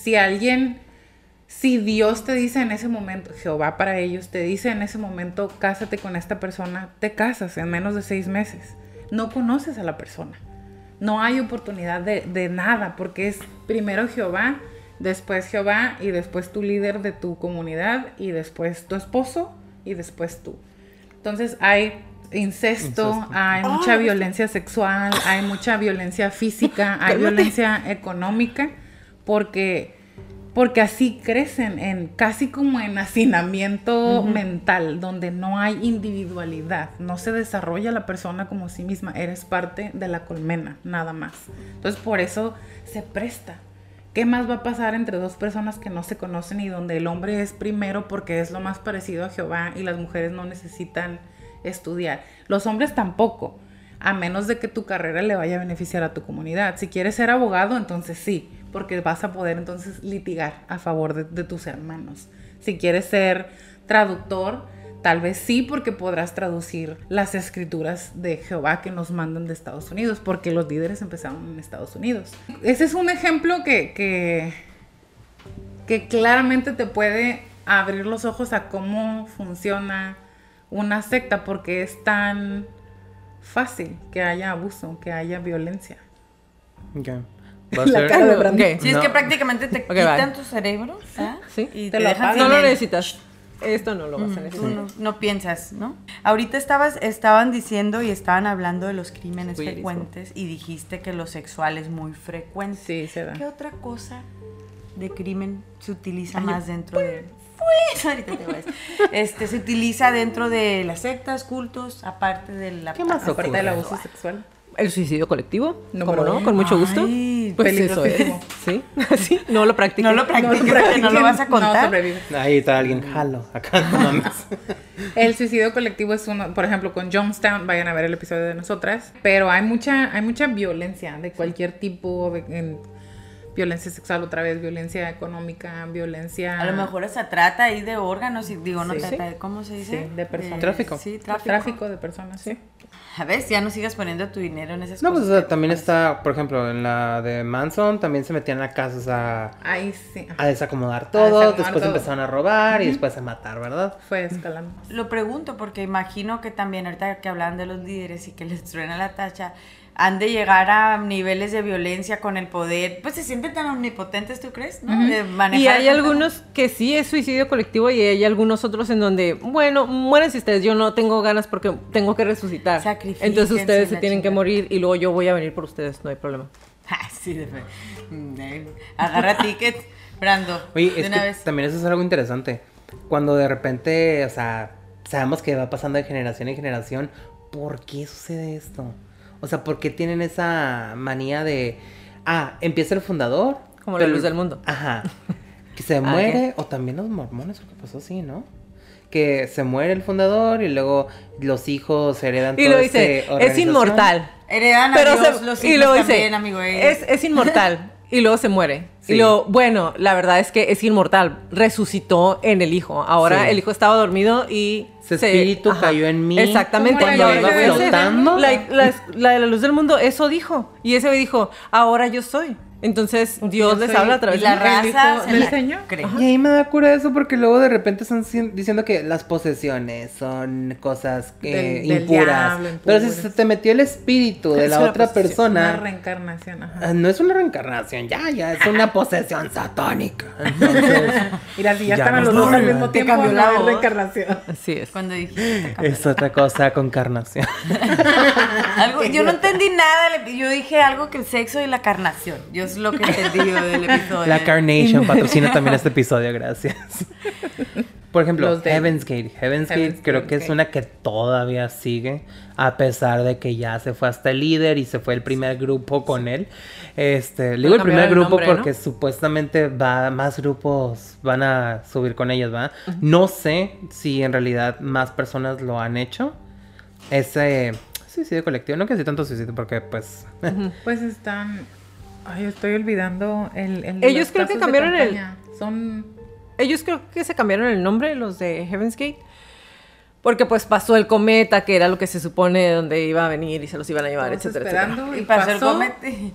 Si Dios te dice en ese momento, Jehová para ellos, te dice en ese momento, cásate con esta persona, te casas en menos de 6 meses. No conoces a la persona. No hay oportunidad de nada, porque es primero Jehová y después tu líder de tu comunidad y después tu esposo y después tú. Entonces hay incesto, hay mucha violencia sexual, hay mucha violencia física, hay violencia económica, porque así crecen, casi como en hacinamiento mental, donde no hay individualidad, no se desarrolla la persona como sí misma, eres parte de la colmena, nada más. Entonces por eso se presta. ¿Qué más va a pasar entre dos personas que no se conocen y donde el hombre es primero porque es lo más parecido a Jehová y las mujeres no necesitan estudiar? Los hombres tampoco, a menos de que tu carrera le vaya a beneficiar a tu comunidad. Si quieres ser abogado, entonces sí, porque vas a poder entonces litigar a favor de tus hermanos. Si quieres ser traductor, tal vez sí, porque podrás traducir las escrituras de Jehová que nos mandan de Estados Unidos, porque los líderes empezaron en Estados Unidos. Ese es un ejemplo que claramente te puede abrir los ojos a cómo funciona una secta, porque es tan fácil que haya abuso, que haya violencia. Okay. La cara de Brandon. Sí, es que prácticamente te quitan tu cerebro, ¿ah? Sí. Y te lo dejan. No lo necesitas. Esto no lo vas a necesitar. Tú no piensas, ¿no? Ahorita estaban diciendo y estaban hablando de los crímenes frecuentes y dijiste que lo sexual es muy frecuente. Sí, se da. ¿Qué otra cosa de crimen se utiliza más dentro de...? Ahorita te voy a decir. Se utiliza dentro de las sectas, cultos, aparte de la... ¿Qué más aparte del abuso sexual? El suicidio colectivo, No, ¿cómo pero no? Con mucho gusto. Ay, Pues eso es. peligrosísimo. Sí, no lo practiques. No lo practiques, no lo vas a contar. No sobrevive. Ahí está alguien, jalo, acá no mames. El suicidio colectivo es uno, por ejemplo, con Jonestown, vayan a ver el episodio de nosotras, pero hay mucha violencia de cualquier tipo, violencia sexual otra vez, violencia económica, violencia... A lo mejor hasta trata ahí de órganos, y digo, no Sí. trata de, ¿cómo se dice? Sí, de personas. Tráfico. Sí, tráfico. Tráfico de personas, sí. A ver, ya no sigas poniendo tu dinero en esas No, pues cosas. o sea, también está, por ejemplo, en la de Manson, también se metían a casas Ahí sí. a desacomodar todo, desacomodar después todo. empezaron a robar y después a matar, ¿verdad? Fue escalando. Lo pregunto porque imagino que también ahorita que hablan de los líderes y que les truena la tacha, han de llegar a niveles de violencia con el poder, pues se sienten tan omnipotentes, ¿tú crees? ¿No? De manejar Y hay tanta- algunos que sí es suicidio colectivo y hay algunos otros en donde, bueno, muérense ustedes, yo no tengo ganas porque tengo que resucitar. Sacrifíquense, Entonces ustedes se la tienen que chingada. morir y luego yo voy a venir por ustedes, no hay problema. Ah, sí, agarra ticket, Brando. Oye, de es una que vez. también eso es algo interesante. Cuando de repente, o sea, sabemos que va pasando de generación en generación, ¿por qué sucede esto? O sea, ¿por qué tienen esa manía de empieza el fundador. Como la luz del mundo. Ajá. Que se muere, o también los mormones, o qué pasó así, ¿no? Que se muere el fundador y luego los hijos heredan y todo lo dice, es inmortal. Heredan a Dios, los hijos y luego también, dice, amigo. es inmortal. Y luego se muere. Sí. Y luego, bueno, la verdad es que es inmortal. Resucitó en el hijo. Ahora Sí. el hijo estaba dormido y... Ese espíritu cayó en mí. Exactamente. Como la Cuando lluvia iba de flotando. La de la luz del mundo, eso dijo. Y ese güey dijo, ahora yo soy. Entonces, Dios les habla a través y la mí. raza hijo se del la Señor. cree. Y ahí me da cura eso porque luego de repente están diciendo que las posesiones son cosas Del impuras. diablo, Pero si impuras. se te metió el espíritu de Es la una otra posesión, Una persona, reencarnación, ajá. no es una reencarnación, ya es una posesión satánica. Entonces, Mira, si ya Ya están a no los dos al está. mismo Te tiempo, cambió no la hay voz. reencarnación. Así es. Cuando dijiste, es otra cosa con carnación. yo no entendí nada. Yo dije algo que el sexo y la carnación. Yo es lo que entendí del episodio. La Carnation patrocina también este episodio, gracias. Por ejemplo, Los de- Heaven's Gate. Heaven's Gate creo que es una que todavía sigue, a pesar de que ya se fue hasta el líder y se fue el primer grupo con él. Digo el cambiaron primer el grupo nombre, ¿no? porque supuestamente más grupos van a subir con ellos, ¿va? No sé si en realidad más personas lo han hecho. Ese suicidio colectivo, no que sea tanto suicidio porque pues... Pues están... Ay, estoy olvidando el Ellos los creo que casos de cambiaron el- campaña. Son... Ellos creo que se cambiaron el nombre, los de Heaven's Gate. Porque pues pasó el cometa, que era lo que se supone donde iba a venir y se los iban a llevar, todos etcétera, esperando etcétera. Y y pasó el pasó. comete.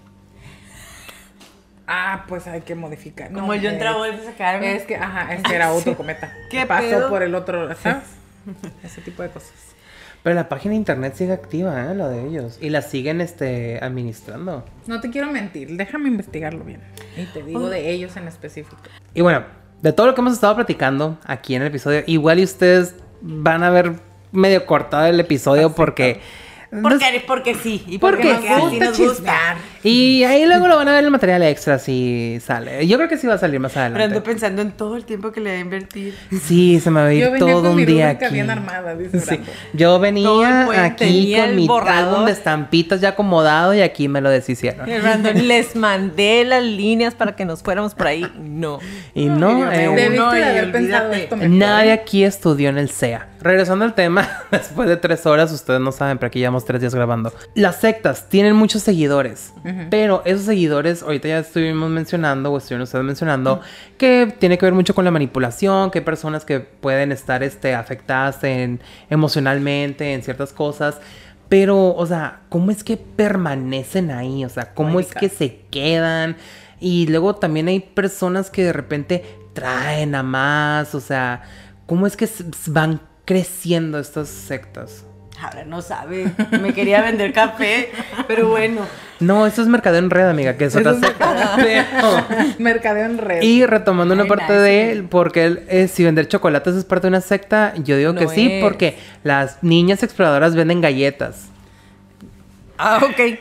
Pues hay que modificar. Como el John Travolta se quedaron. Es que, es que era otro cometa. ¿Qué Pasó pedo? por el otro, ¿sabes? Ese tipo de cosas. Pero la página de internet sigue activa, la de ellos. Y la siguen administrando. No te quiero mentir, déjame investigarlo bien. Y te digo de ellos en específico. Y bueno, de todo lo que hemos estado platicando aquí en el episodio, igual y ustedes van a ver medio cortado el episodio porque... Porque sí. Y Porque porque así gusta nos gusta. chismear. Y ahí luego lo van a ver en el material extra si sale. Yo creo que sí va a salir más Pero ando adelante. pensando en todo el tiempo que le voy a invertir. Sí, se me va a Yo ir venía todo con un mi día rúbrica aquí. bien armada, dice Sí. Brando. Yo Todo el venía puente, aquí tenía con el mi borrador. álbum de estampitas ya acomodado y aquí me lo deshicieron. Y Brandon, les mandé las líneas para que nos fuéramos por ahí. No. Y no, Debiste Uno de y haber pensado olvídate. esto mejor. nadie aquí estudió en el SEA. Regresando al tema, después de 3 horas, ustedes no saben, pero aquí llevamos 3 días grabando. Las sectas tienen muchos seguidores, pero esos seguidores, ahorita ya estuvimos mencionando, o estuvieron ustedes mencionando, que tiene que ver mucho con la manipulación, que hay personas que pueden estar afectadas emocionalmente en ciertas cosas. Pero, o sea, ¿cómo es que permanecen ahí? O sea, ¿cómo es que se quedan? Y luego también hay personas que de repente traen a más, o sea, ¿cómo es que van creciendo estas sectas? Ahora no sabe. Me quería vender café, pero bueno. No, eso es mercadeo en red, amiga, que es otra secta. Pero... Mercadeo en red. Y retomando una Ay, parte nice. de él, porque si vender chocolates es parte de una secta, yo digo que No sí, es. porque las niñas exploradoras venden galletas. Ah, ok.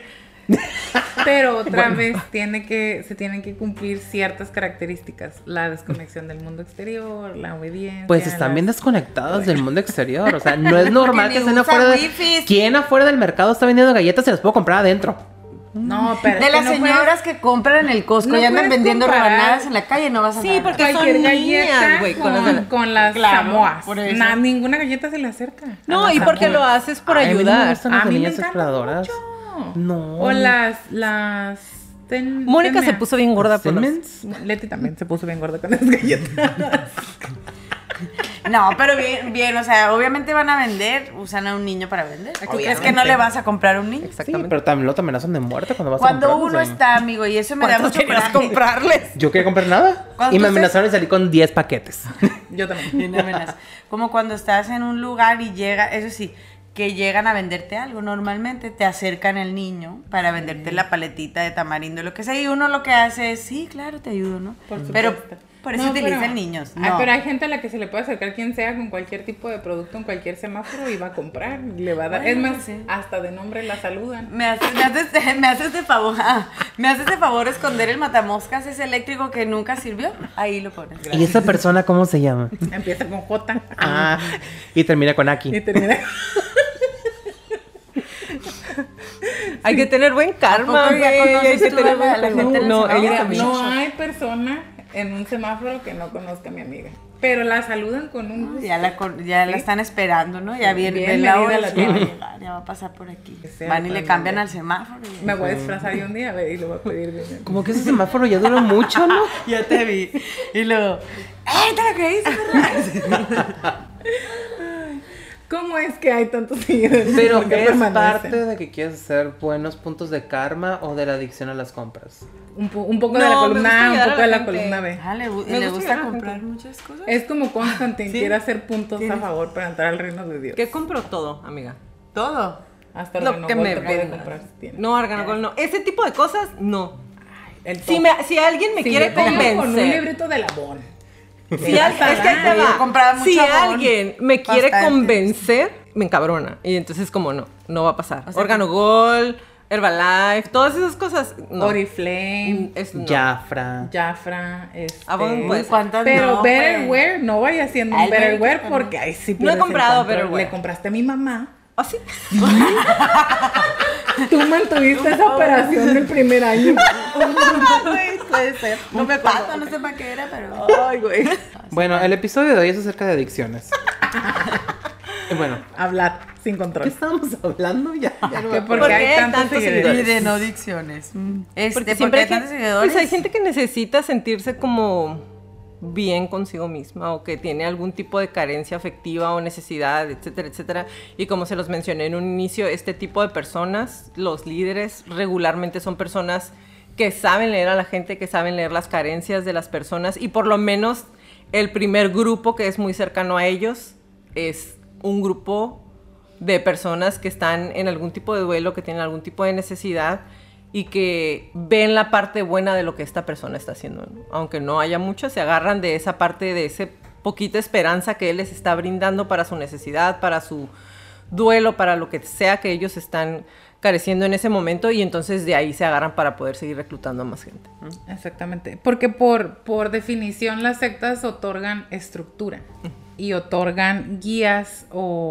Pero otra vez se tienen que cumplir ciertas características. La desconexión del mundo exterior, la obediencia. Pues están bien desconectadas del mundo exterior. O sea, no es normal que ni estén usan afuera de... wifis. ¿Quién afuera del mercado está vendiendo galletas? Se las puedo comprar adentro. No, pero De es que las no señoras que compran en el Costco no y andan puedes vendiendo comparar. rebanadas en la calle, no vas a Sí, saber. porque cualquier son galleta niñas, güey, con las Claro, samoas. por eso. Ninguna galleta se le acerca. No, A y las porque samoas. lo haces por Ay, a mí no me ayudar. gustan las A mí me niñas encanta exploradoras. mucho. No. O las Mónica se puso bien gorda por los... ¿Siemens? Leti también se puso bien gorda con las galletas. No, pero bien, o sea, obviamente van a vender, usan a un niño para vender. ¿Tú crees que Obviamente. no le vas a comprar a un niño? Sí, Exactamente. pero también lo te amenazan de muerte cuando vas a Cuando comprarlos, uno ¿eh? está, amigo, y eso me da ¿Cuántos mucho querías coraje. comprarles? Yo quería comprar nada. Cuando Y me tú amenazaron y salí con 10 paquetes. Yo también. Bien amenaza. Como cuando estás en un lugar y llega, eso sí, que llegan a venderte algo. Normalmente te acercan el niño para venderte la paletita de tamarindo, lo que sea, y uno lo que hace es, sí, claro, te ayudo, ¿no? Por Pero supuesto. por eso No, utilizan pero- niños. Ay, No. pero hay gente a la que se le puede acercar quien sea con cualquier tipo de producto en cualquier semáforo y va a comprar, le va a dar. Bueno, es más, sí. hasta de nombre la saludan. Me haces de favor, me haces de favor esconder el matamoscas ese eléctrico que nunca sirvió. Ahí lo pones. ¿Y Gracias. esa persona cómo se llama? Empieza con J Y termina con Aki. y termina. Hay que tener buen karma, güey. Hay que tener buen karma. No, ella también. No hay persona en un semáforo que no conozca a mi amiga. Pero la saludan con un gusto. Ya la están esperando, ¿no? Ya viene la hora, ya va a pasar por aquí. Van y le cambian al semáforo. Me voy a disfrazar yo un día, a ver, y le voy a pedir dinero. Como que ese semáforo ya duró mucho, ¿no? Ya te vi. Y luego, ¿te lo creíste, verdad? ¿Cómo es que hay tantos seguidores? Pero ¿es parte de que quieres hacer buenos puntos de karma o de la adicción a las compras? Un poco de la columna A, un poco de la columna B. Le gusta comprar muchas cosas. Es como Constantine, quiere hacer puntos a favor para entrar al reino de Dios. ¿Qué compro? Todo, amiga. Todo. Hasta lo que me puede comprar. No, Arganogol no. Ese tipo de cosas, no. Si alguien me quiere convencer. Con un librito de Labón. Si alguien me quiere convencer, me encabrona. Y entonces como no va a pasar. O sea, Organogol, Herbalife, todas esas cosas. No. Oriflame, Jafra, pues, pero Betterware, no vaya haciendo un Betterware porque ahí sí no he comprado Betterware. Le compraste a mi mamá. ¿Ah, sí? Tú mantuviste esa operación del primer año. Puede ser. No me acuerdo, no sé para qué era, pero... Ay, güey. Bueno, el episodio de hoy es acerca de adicciones. Bueno. Hablar sin control. ¿Qué estábamos hablando? Ya no ¿Por qué hay tantos seguidores? Y de no adicciones. Porque siempre hay tantos seguidores. Pues hay gente que necesita sentirse como bien consigo misma o que tiene algún tipo de carencia afectiva o necesidad, etcétera, etcétera. Y como se los mencioné en un inicio, este tipo de personas, los líderes, regularmente son personas que saben leer a la gente, que saben leer las carencias de las personas y por lo menos el primer grupo que es muy cercano a ellos es un grupo de personas que están en algún tipo de duelo, que tienen algún tipo de necesidad y que ven la parte buena de lo que esta persona está haciendo, ¿no? Aunque no haya mucho, se agarran de esa parte, de ese poquita esperanza que él les está brindando para su necesidad, para su duelo, para lo que sea que ellos están careciendo en ese momento y entonces de ahí se agarran para poder seguir reclutando a más gente. Exactamente, porque por definición las sectas otorgan estructura y otorgan guías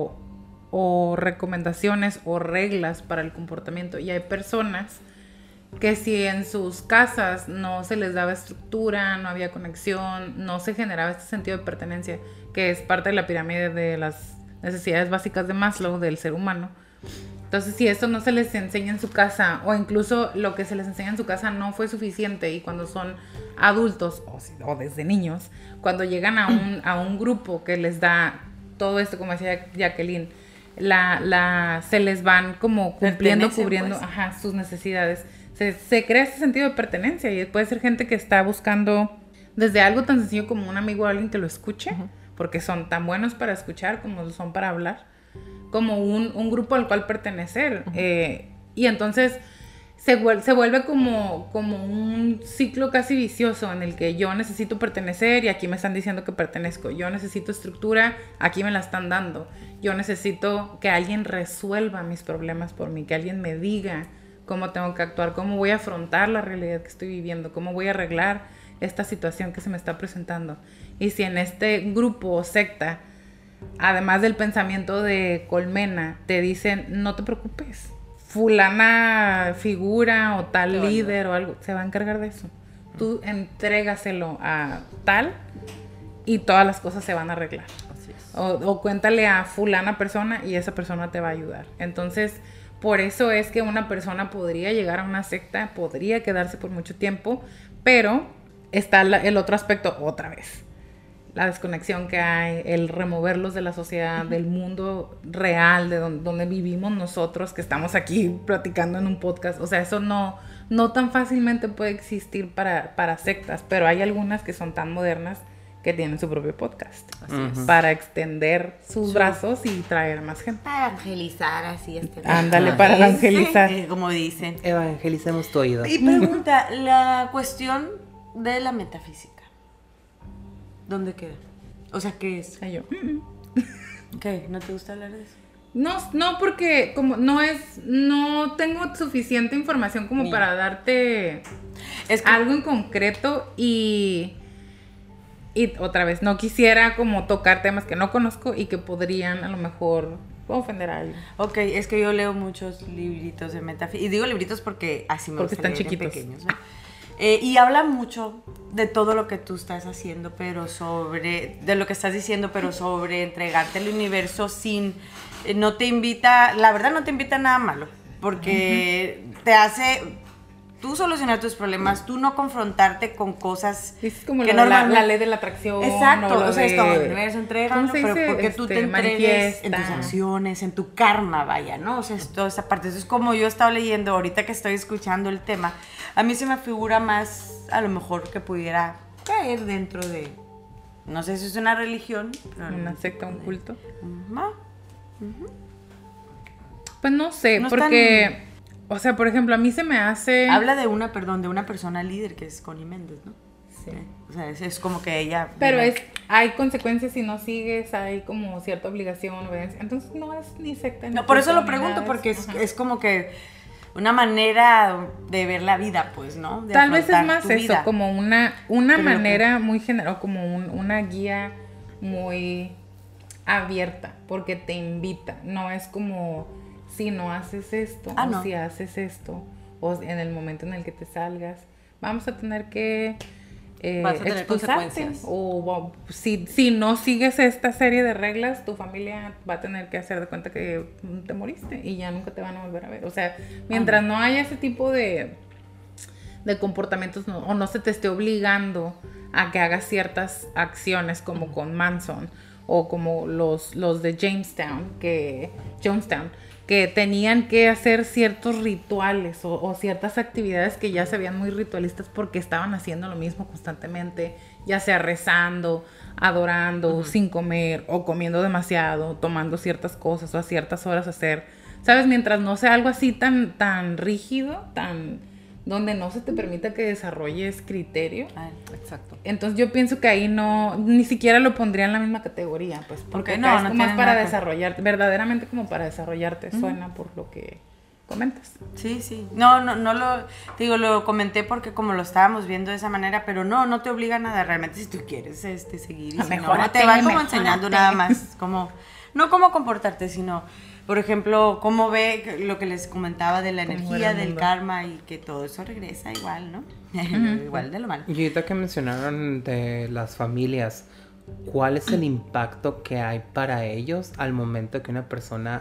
o recomendaciones o reglas para el comportamiento y hay personas que si en sus casas no se les daba estructura, no había conexión, no se generaba este sentido de pertenencia, que es parte de la pirámide de las necesidades básicas de Maslow, del ser humano. Entonces, si esto no se les enseña en su casa, o incluso lo que se les enseña en su casa no fue suficiente, y cuando son adultos, o desde niños, cuando llegan a un grupo que les da todo esto, como decía Jacqueline, se les van como cumpliendo, cubriendo pues, sus necesidades. Se crea ese sentido de pertenencia, y puede ser gente que está buscando desde algo tan sencillo como un amigo o alguien que lo escuche, porque son tan buenos para escuchar como son para hablar, como un grupo al cual pertenecer. Y entonces se vuelve como un ciclo casi vicioso en el que yo necesito pertenecer y aquí me están diciendo que pertenezco. Yo necesito estructura, aquí me la están dando. Yo necesito que alguien resuelva mis problemas por mí, que alguien me diga cómo tengo que actuar, cómo voy a afrontar la realidad que estoy viviendo, cómo voy a arreglar esta situación que se me está presentando. Y si en este grupo o secta, además del pensamiento de colmena, te dicen, no te preocupes, fulana figura o tal líder o algo, se va a encargar de eso. Tú entrégaselo a tal y todas las cosas se van a arreglar. Así es. O cuéntale a fulana persona y esa persona te va a ayudar. Entonces, por eso es que una persona podría llegar a una secta, podría quedarse por mucho tiempo, pero está el otro aspecto otra vez. La desconexión que hay, el removerlos de la sociedad, del mundo real, de donde vivimos nosotros, que estamos aquí platicando en un podcast. O sea, eso no tan fácilmente puede existir para sectas, pero hay algunas que son tan modernas que tienen su propio podcast. Así es. Para extender sus brazos y traer más gente. Para evangelizar, así es. Ándale, para evangelizar. Como dicen. Evangelicemos tu oído. Y pregunta, la cuestión de la metafísica. ¿Dónde queda? O sea, ¿qué es? Yo. ¿Qué? ¿No te gusta hablar de eso? No, porque como no tengo suficiente información como para darte algo en concreto y otra vez, no quisiera como tocar temas que no conozco y que podrían a lo mejor puedo ofender a alguien. Ok, es que yo leo muchos libritos de metafísica. Y digo libritos porque así me Porque gusta están leer en chiquitos. pequeños, ¿no? Y habla mucho de todo lo que tú estás haciendo, de lo que estás diciendo, pero sobre entregarte al universo sin, no te invita, la verdad no te invita a nada malo, porque te hace tú solucionar tus problemas, tú no confrontarte con cosas Es como que la ley de la atracción. Exacto, o sea, de... es todo el universo, entrégalo, ¿Cómo se pero dice? porque tú te entregues en tus Manifiesta. acciones, en tu karma, vaya, ¿no? O sea, es toda esa parte. Eso es como yo estaba leyendo, ahorita que estoy escuchando el tema, a mí se me figura más, a lo mejor, que pudiera caer dentro de, no sé si es una religión, pero Una secta, un culto. ¿no? Pues no sé, No es porque, o sea, por ejemplo, a mí se me hace... Habla de una persona líder que es Connie Méndez, ¿no? Sí. O sea, es como que ella... Pero hay consecuencias si no sigues, hay como cierta obligación, obediencia. Entonces no es ni secta ni No, por eso culto, lo ni pregunto, nada, porque ajá. es como que una manera de ver la vida, pues, ¿no? De Tal vez es afrontar más tu eso, vida. como una Pero manera muy general, como una guía muy abierta, porque te invita. No es como si no haces esto, o no. si haces esto, o en el momento en el que te salgas, vamos a tener que Vas a tener expulsarte. consecuencias. O si no sigues esta serie de reglas, tu familia va a tener que hacer de cuenta que te moriste y ya nunca te van a volver a ver. O sea, mientras no haya ese tipo de comportamientos o no se te esté obligando a que hagas ciertas acciones como con Manson o como los de Jonestown que tenían que hacer ciertos rituales o ciertas actividades que ya se veían muy ritualistas porque estaban haciendo lo mismo constantemente, ya sea rezando, adorando, sin comer o comiendo demasiado, tomando ciertas cosas o a ciertas horas hacer, ¿sabes? Mientras no sea algo así tan rígido, donde no se te permita que desarrolles criterio. Exacto. Entonces yo pienso que ahí ni siquiera lo pondría en la misma categoría, pues, porque Ok, acá no es más tiene para nada que- desarrollarte, verdaderamente como para desarrollarte, suena por lo que comentas. Sí, sí. No lo comenté porque como lo estábamos viendo de esa manera, pero no te obliga a nada. Realmente si tú quieres seguir y si no, Mejórate, te van como mejórate. enseñando nada más, no cómo comportarte, sino, por ejemplo, cómo ve lo que les comentaba de la Cómo energía, era el del mundo. karma y que todo eso regresa igual, ¿no? Igual de lo malo. Y ahorita que mencionaron de las familias, ¿cuál es el impacto que hay para ellos al momento que una persona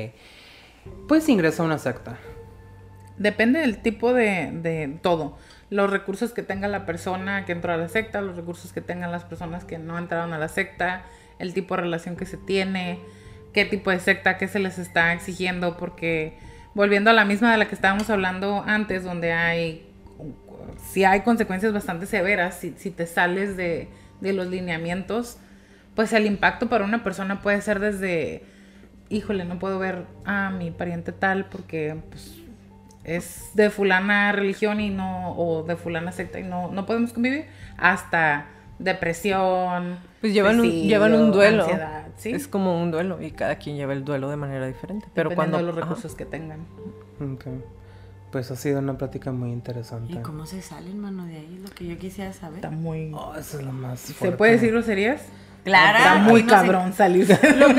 pues ingresa a una secta? Depende del tipo de todo. Los recursos que tenga la persona que entró a la secta, los recursos que tengan las personas que no entraron a la secta, el tipo de relación que se tiene, qué tipo de secta, qué se les está exigiendo, porque volviendo a la misma de la que estábamos hablando antes, donde sí hay consecuencias bastante severas si te sales de los lineamientos, pues el impacto para una persona puede ser desde, híjole, no puedo ver a mi pariente tal porque pues es de fulana religión o de fulana secta y no podemos convivir, hasta depresión, Pues llevan suicidio, un duelo. ansiedad, ¿sí? Es como un duelo y cada quien lleva el duelo de manera diferente. Pero Dependiendo cuando de los ajá. recursos que tengan. Ok. Pues ha sido una plática muy interesante. ¿Y cómo se sale, hermano, de ahí? Es lo que yo quisiera saber. Está muy... Oh, eso es lo más ¿Se fuerte. puede decir groserías? Claro. Está muy aquí no sé- cabrón salirse.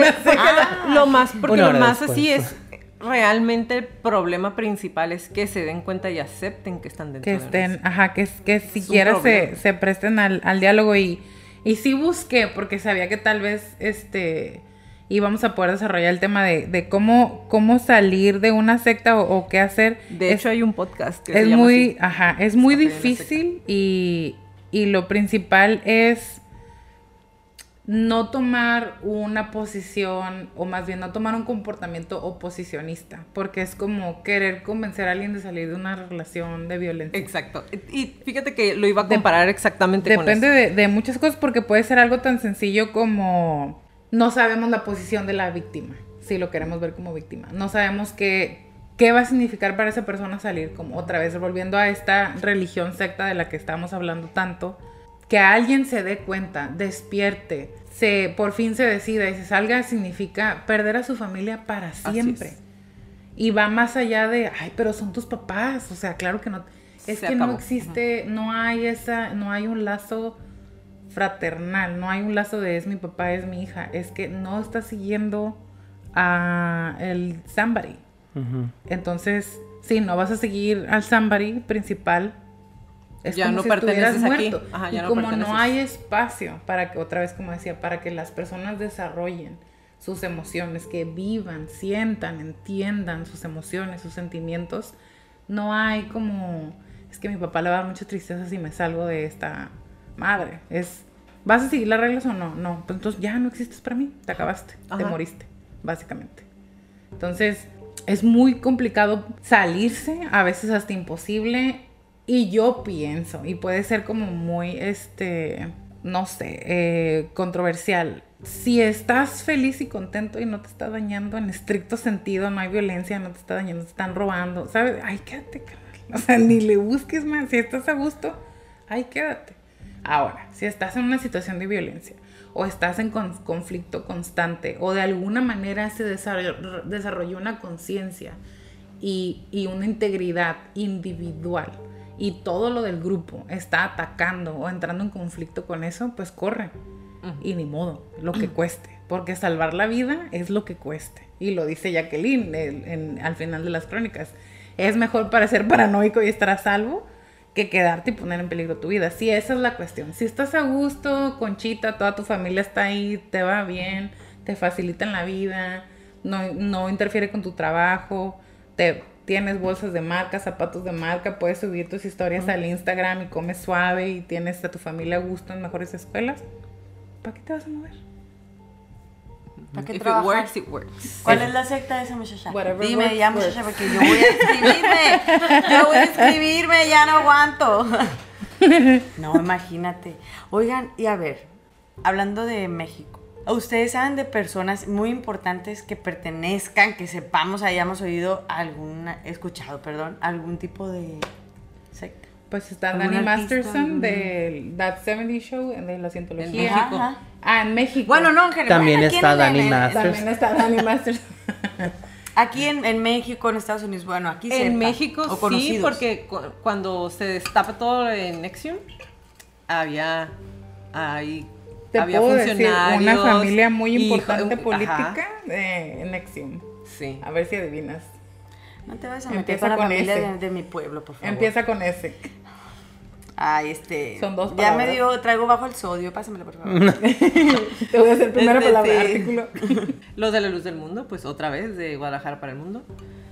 Lo más, porque Una lo hora más después. así es realmente el problema principal es que se den cuenta y acepten que están dentro Que de estén, eso. ajá, que siquiera problema. se presten al diálogo y sí busqué porque sabía que tal vez íbamos a poder desarrollar el tema de cómo salir de una secta o qué hacer. De hecho hay un podcast que Es se llama muy, así. ajá, es muy Escape de la difícil y lo principal es no tomar una posición, o más bien no tomar un comportamiento oposicionista, porque es como querer convencer a alguien de salir de una relación de violencia. Exacto. Y fíjate que lo iba a comparar exactamente con Depende eso. de muchas cosas, porque puede ser algo tan sencillo como no sabemos la posición de la víctima, si lo queremos ver como víctima. No sabemos qué va a significar para esa persona salir, como otra vez volviendo a esta religión secta de la que estamos hablando tanto, que alguien se dé cuenta, despierte, por fin se decida y se salga, significa perder a su familia para siempre. es. Y va más allá de, ay, pero son tus papás, o sea, claro que no. Es Se que no acabó. existe, no hay un lazo fraternal, no hay un lazo de es mi papá, es mi hija, es que no está siguiendo a el somebody. Entonces, sí, no vas a seguir al somebody principal. Es ya como no si perteneces estuvieras aquí. muerto. Ajá, y ya no como perteneces. no hay espacio para que, otra vez como decía, para que las personas desarrollen sus emociones, que vivan, sientan, entiendan sus emociones, sus sentimientos, no hay como, es que a mi papá le va a dar mucha tristeza si me salgo de esta madre. Es, ¿vas a seguir las reglas o no? No, pues entonces ya no existes para mí, te acabaste, te moriste, básicamente. Entonces, es muy complicado salirse, a veces hasta imposible. Y yo pienso, y puede ser como muy, no sé, controversial. Si estás feliz y contento y no te está dañando en estricto sentido, no hay violencia, no te está dañando, te están robando, ¿sabes? Ay, quédate, carnal. O sea, ni le busques más. Si estás a gusto, ay, quédate. Ahora, si estás en una situación de violencia, o estás en conflicto constante, o de alguna manera se desarrolló una conciencia y una integridad individual, y todo lo del grupo está atacando o entrando en conflicto con eso, pues corre. Y ni modo, lo que cueste. Porque salvar la vida es lo que cueste. Y lo dice Jacqueline al final de las crónicas. Es mejor parecer paranoico y estar a salvo que quedarte y poner en peligro tu vida. Sí, esa es la cuestión. Si estás a gusto, Conchita, toda tu familia está ahí, te va bien, te facilitan la vida, no interfiere con tu trabajo, tienes bolsas de marca, zapatos de marca, puedes subir tus historias al Instagram y comes suave y tienes a tu familia a gusto en mejores escuelas, ¿para qué te vas a mover? ¿Para qué If it trabajas? works, it works. ¿Cuál es la secta de esa muchacha? Whatever Dime works, ya, muchacha, porque yo voy a escribirme, ya no aguanto. No, imagínate. Oigan, y a ver, hablando de México, ¿ustedes saben de personas muy importantes que pertenezcan, que sepamos, hayamos oído escuchado, algún tipo de secta? Pues está ¿Algún Danny artista? Masterson del That 70 Show, de la cientología. En México. Ajá. Ah, en México. Bueno, no, en general. También aquí está en- Danny en- Masters. También está Danny Masterson. Aquí en México, en Estados Unidos, bueno, aquí cerca. En México o sí, conocidos. porque cuando se destapa todo en Nexium, había Te puedo decir, una familia muy hijo- importante ajá, política en Nexium. sí. A ver si adivinas. No te vas a meter Empieza con la con familia ese. de mi pueblo, por favor. Empieza con ese. Ay, Son dos ya palabras. me traigo bajo el sodio, pásamelo, por favor. Te voy a hacer primera palabra, sí. artículo. Los de la Luz del Mundo, pues otra vez, de Guadalajara para el mundo.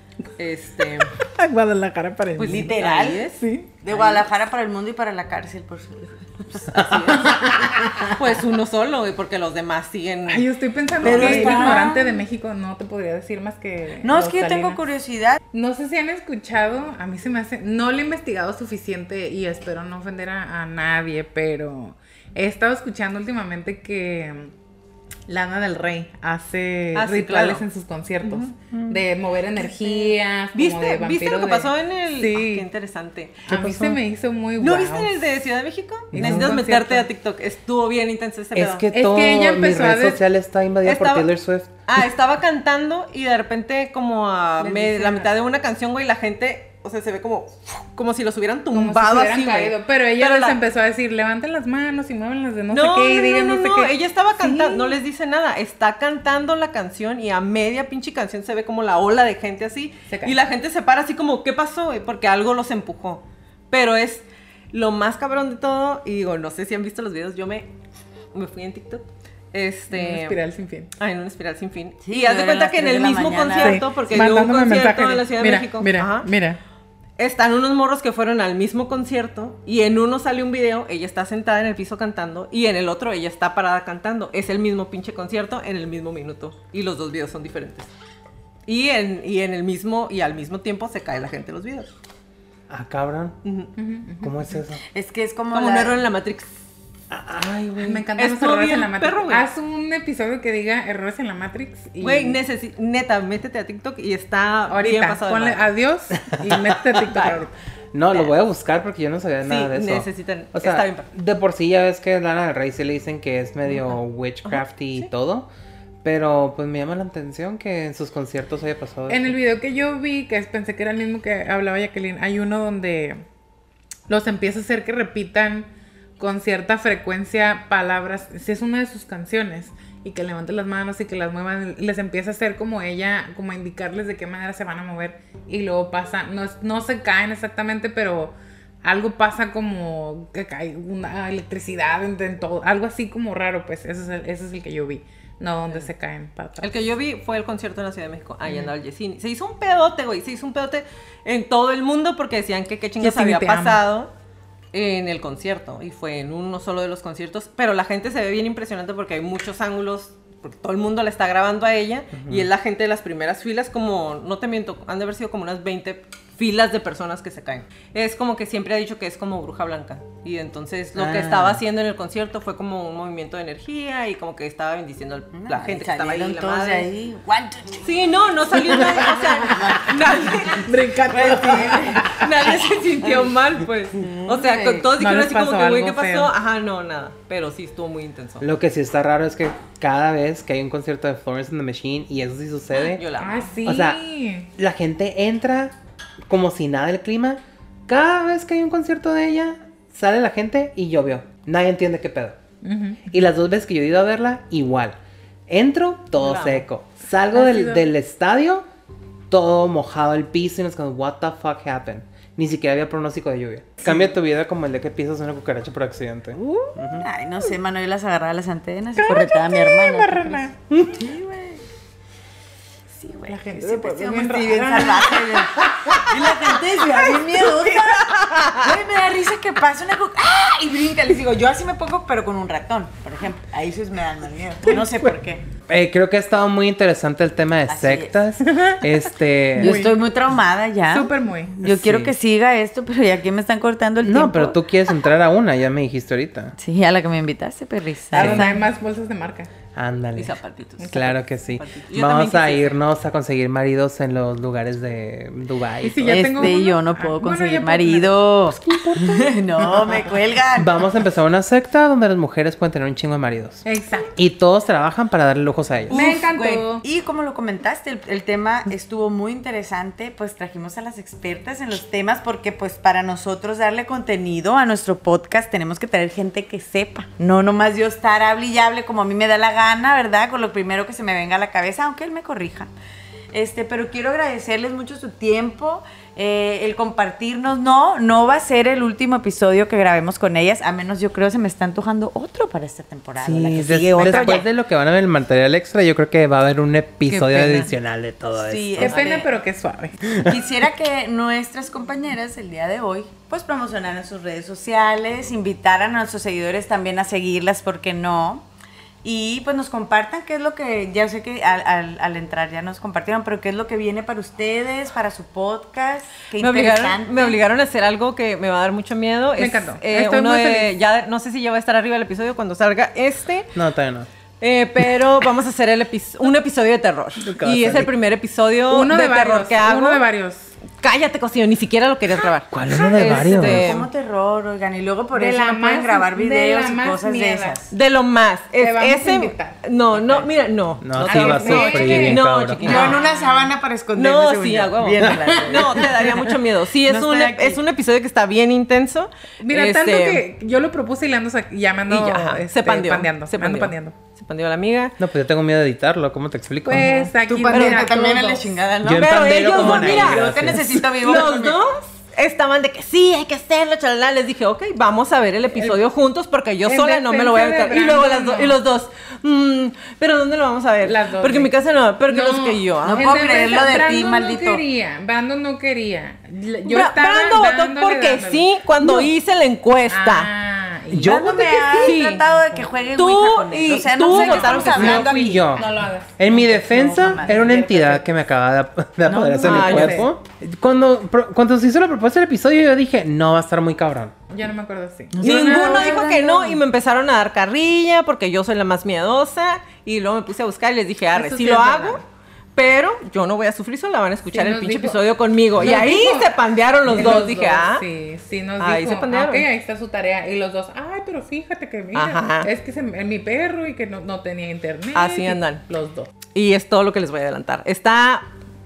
Guadalajara para el Pues mundo. literal. ahí es. Sí. De Guadalajara para el mundo y para la cárcel, por supuesto. Así es. Pues uno solo, güey, porque los demás siguen. Ay, yo estoy pensando Pero que el está- ignorante de México no te podría decir más que. No, es los que yo tengo Salinas. curiosidad. No sé si han escuchado, a mí se me hace, no lo he investigado suficiente y espero no ofender a nadie, pero he estado escuchando últimamente que Lana del Rey hace Ah, sí, rituales claro. en sus conciertos de mover energías, como de ¿Viste lo vampiro que de- pasó en el...? Sí. Ah, qué interesante. A mí se me hizo muy ¿No guau. viste el de Ciudad de México? Hizo Necesitas un meterte concierto. a TikTok. Estuvo bien intenso ese Es pedo. que Es que todo ella mi empezó a red social está invadida por Estaba- Taylor Swift. Estaba cantando y de repente como a Les dice la nada. mitad de una canción, güey, la gente, o sea, se ve como si los hubieran Como si tumbado se hubieran así, güey. caído. Pero ella les la- empezó a decir, levanten las manos y muévanlas de no, No, sé qué y no, digan no, no, no, sé qué. ella estaba cantando, Sí. no les dice nada, está cantando la canción y a media pinche canción se ve como la ola de gente así Se cae. y la gente se para así como, ¿qué pasó, güey? Porque algo los empujó. Pero es lo más cabrón de todo y digo, no sé si han visto los videos, yo me fui en TikTok. Una espiral sin fin. En una espiral sin fin. Sí, y haz de eran cuenta las que en 3 el de la mismo mañana. concierto, Sí, porque dio un mandándome concierto mensajes en la Ciudad mira, de México. Mira, Ajá. mira. Están unos morros que fueron al mismo concierto y en uno sale un video, ella está sentada en el piso cantando y en el otro ella está parada cantando. Es el mismo pinche concierto en el mismo minuto y los dos videos son diferentes. Y en el mismo y al mismo tiempo se cae la gente en los videos. Ah, cabrón. ¿Cómo es eso? Es que es como, Como un error en la Matrix. Ay, güey. Me encantan los Estuvo errores bien en la Matrix. perro, güey. Haz un episodio que diga errores en la Matrix. Y Güey, neta, métete a TikTok y está bien ahorita, pasado. de ponle madre. adiós y métete a TikTok ahorita. No, lo voy a buscar porque yo no sabía Sí, nada de eso. necesitan- O sea, está bien. de por sí ya ves que Lana del Rey se le dicen que es medio witchcrafty y todo. Pero pues me llama la atención que en sus conciertos haya pasado En eso. el video que yo vi, que pensé que era el mismo que hablaba Jacqueline, hay uno donde los empieza a hacer que repitan con cierta frecuencia palabras. Si es una de sus canciones. y que levanten las manos y que las muevan, les empieza a hacer como ella, como a indicarles de qué manera se van a mover y luego pasa, no se caen exactamente, pero algo pasa como que cae una electricidad en todo, algo así como raro, pues ese es el que yo vi. No, donde se caen para atrás. El que yo vi fue el concierto en la Ciudad de México. Ahí andaba el Yesini. Se hizo un pedote, güey. Se hizo un pedote en todo el mundo porque decían que qué chingas Yesini, había te pasado en el concierto. Y fue en uno solo de los conciertos. Pero la gente se ve bien impresionante porque hay muchos ángulos. Porque todo el mundo la está grabando a ella. Y es la gente de las primeras filas, como, no te miento, han de haber sido como unas 20 filas de personas que se caen. Es como que siempre ha dicho que es como bruja blanca. Y entonces lo que estaba haciendo en el concierto fue como un movimiento de energía y como que estaba bendiciendo a la gente que estaba ahí. La todos madre. ahí. Sí, no salió nadie. O sea, nadie se sintió mal, pues. O sea, todos dijeron así como que, güey, ¿qué pasó? Ajá, no, nada. Pero sí estuvo muy intenso. Lo que sí está raro es que cada vez que hay un concierto de Florence and the Machine, y eso sí sucede, Yo la amo. Sí. o sea, la gente entra como si nada del clima. Cada vez que hay un concierto de ella, sale la gente y llovió. Nadie entiende qué pedo. Y las 2 veces que yo he ido a verla, igual. Entro, todo Bravo. seco. Salgo del estadio, todo mojado el piso y nos quedamos, what the fuck happened? Ni siquiera había pronóstico de lluvia. Cambia tu vida como el de que pisas una cucaracha por accidente. Ay, no sé, Manuel las agarraba las antenas y correteaba a mi hermana. Sí, güey. Sí, güey. La gente siempre se ha pone sido bien bien rara. salvaje, güey. Y la gente decía, bien miedosa. Güey, me da risa que pasa una ¡ah! Y brinca. Les digo, yo así me pongo, pero con un ratón, por ejemplo. Ahí sí me dan más miedo. No sé por qué. Creo que ha estado muy interesante el tema de Así sectas. Yo estoy muy traumada ya. Súper muy. Yo quiero Sí. que siga esto, pero ya aquí me están cortando el tiempo. No, pero tú quieres entrar a una, ya me dijiste ahorita. Sí, a la que me invitaste, perrisa. A donde hay más bolsas de marca. Ándale. Y zapatitos. Claro que sí. Zapatitos. Yo Vamos también a quisiera. irnos a conseguir maridos en los lugares de Dubai. Y si ya tengo uno, Yo no puedo bueno, conseguir ya puedo marido. No, me cuelgan. Vamos a empezar una secta donde las mujeres pueden tener un chingo de maridos. Exacto. Y todos trabajan para darle lujos a ellos. Me encantó. Güey, y como lo comentaste, el tema estuvo muy interesante, pues trajimos a las expertas en los temas porque pues para nosotros darle contenido a nuestro podcast tenemos que traer gente que sepa, no nomás yo estar hable y hable como a mí me da la gana, ¿verdad? Con lo primero que se me venga a la cabeza, aunque él me corrija. Pero quiero agradecerles mucho su tiempo, el compartirnos. No va a ser el último episodio que grabemos con ellas, a menos yo creo se me está antojando otro para esta temporada. Sí, la que sigue otro después ya. de lo que van a ver el material extra, yo creo que va a haber un episodio pena. adicional de todo Sí, esto. Qué pena, pero qué suave. Quisiera que nuestras compañeras el día de hoy pues promocionaran sus redes sociales, invitaran a nuestros seguidores también a seguirlas, ¿por qué no? Y pues nos compartan qué es lo que, ya sé que al entrar ya nos compartieron, pero qué es lo que viene para ustedes, para su podcast. Qué Me interesante. obligaron a hacer algo que me va a dar mucho miedo. Me encantó. Estoy uno muy de, feliz. ya no sé si ya va a estar arriba el episodio cuando salga No, todavía no. pero vamos a hacer un episodio de terror. Nunca va a Y es el salir. primer episodio Uno de terror varios. que hago. Uno de varios. Cállate, cocino, ni siquiera lo querías grabar. ¿Cuál uno de varios? Como terror, oigan, y luego por De eso la no pueden más- grabar de videos la y más cosas de mierda. esas. De lo más. Te vamos a ese. invitar. No, mira, no. No, te sí vamos- va a sufrir bien, no, cabrón. chiquito. Yo en una sábana para esconderme. No, según sí, yo. a huevo. Viéndola. No, te daría mucho miedo. Sí, es, No un, estoy aquí. es un episodio que está bien intenso. Mira, tanto que yo lo propuse y le ando llamando. Y ya, ajá, se pandeó. Pandeando. Se Me ando pandeó. pandeando. Se pandeó la amiga. No, pues yo tengo miedo de editarlo. ¿Cómo te explico? Pues aquí. Tú pandero mira, también a la todos. chingada, ¿no? Yo en Pero pandero ellos como no, Nay, mira, Yo te gracias. necesito vivo. Los dos estaban de que sí, hay que hacerlo, chalala. Les dije, ok, vamos a ver el episodio juntos porque yo en sola no me lo voy a defensa aventar. de Y luego Brandon, no. y los dos, pero ¿dónde lo vamos a ver? Las dos, porque en mi sí. casa no, pero que no sé qué yo. No ah. puedo creerlo de ti, Brandon maldito. No quería. Brandon no quería. Yo estaba Brando votó dándole, porque dándole. sí cuando hice la encuesta. Ah, y Yo Brandon voté me que ha sí. tratado de que juegue Tú Ouija con él. y O sea, tú no sé qué votaron estamos que sí. hablando No fui aquí. yo. no lo hagas. En mi defensa, No, mamá, era una sí, entidad perfecto. que me acaba de apoderarse de no, mi yo cuerpo. Cuando se hizo la propuesta del episodio, yo dije, no, va a estar muy cabrón. Ya no me acuerdo si. Ninguno dijo que no y me empezaron a dar carrilla porque yo soy la más miedosa y luego me puse a buscar y les dije, arre, Eso sí sí lo es hago, verdad. pero yo no voy a sufrir sola, van a escuchar Sí, el nos pinche dijo- episodio conmigo. Y nos ahí dijo- se pandearon los dos. Dije, Sí, nos ahí dijo. se pandearon. Ok, ahí está su tarea. Y los dos, ay, pero fíjate que mira, Ajá. es que mi perro y que no tenía internet. Así y andan. Los dos. Y es todo lo que les voy a adelantar. Está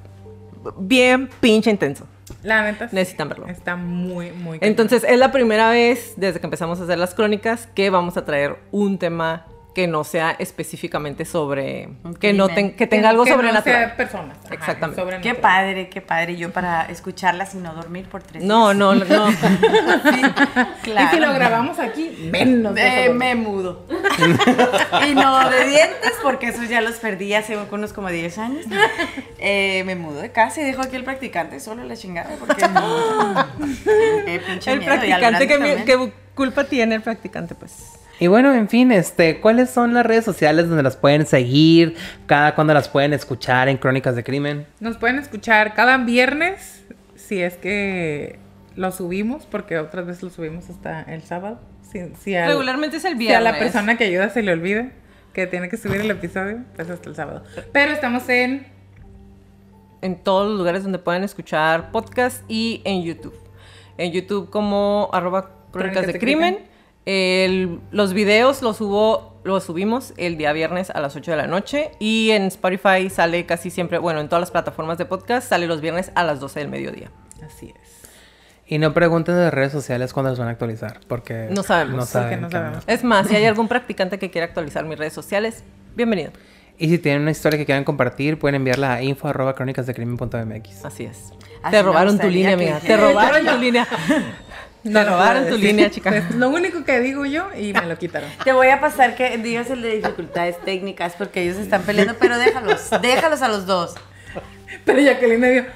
bien pinche intenso. La neta. sí, Necesitan verlo. Está muy, Entonces, es la primera vez desde que empezamos a hacer las crónicas que vamos a traer un tema que no sea específicamente sobre... Un Que, no crimen. que tenga algo que no sobrenatural. sea personas. Ajá, Exactamente. sobrenatural. Qué padre. Yo para escucharlas y no dormir por 3 días. No. Sí, claro. Y si lo grabamos aquí, menos. Me mudo. Y no de dientes, porque esos ya los perdí hace unos como 10 años. Me mudo de casa y dejo aquí el practicante solo la chingada, porque no. Qué pinche El miedo, y al practicante, grande también. ¿qué culpa tiene el practicante? Pues... Y bueno, en fin, ¿cuáles son las redes sociales donde las pueden seguir? Cuándo las pueden escuchar en Crónicas de Crimen. Nos pueden escuchar cada viernes, si es que lo subimos, porque otras veces lo subimos hasta el sábado. Regularmente es el Si a la viernes. persona que ayuda se le olvida que tiene que subir el episodio, pues hasta el sábado. Pero estamos en En todos los lugares donde pueden escuchar podcast y en YouTube. En YouTube como @Crónicas de Crimen. Los videos los subimos el día viernes a las 8 de la noche. Y en Spotify sale casi siempre, bueno, en todas las plataformas de podcast sale los viernes a las 12 del mediodía. Así es. Y no pregunten de redes sociales cuándo las van a actualizar, porque No sabemos. no saben Porque no qué onda. sabemos. Es más, si hay algún practicante que quiera actualizar mis redes sociales, bienvenido. Y si tienen una historia que quieran compartir, pueden enviarla a info@crónicasdecrimen.mx. Así es. Así Te me robaron tu gustaría línea, que amiga. Te dijera. robaron tu línea. Te robaron tu línea, chica. Es lo único que digo yo y me lo quitaron. Te voy a pasar que digas el de dificultades técnicas, porque ellos están peleando, pero déjalos a los dos. Pero Jacqueline me dio.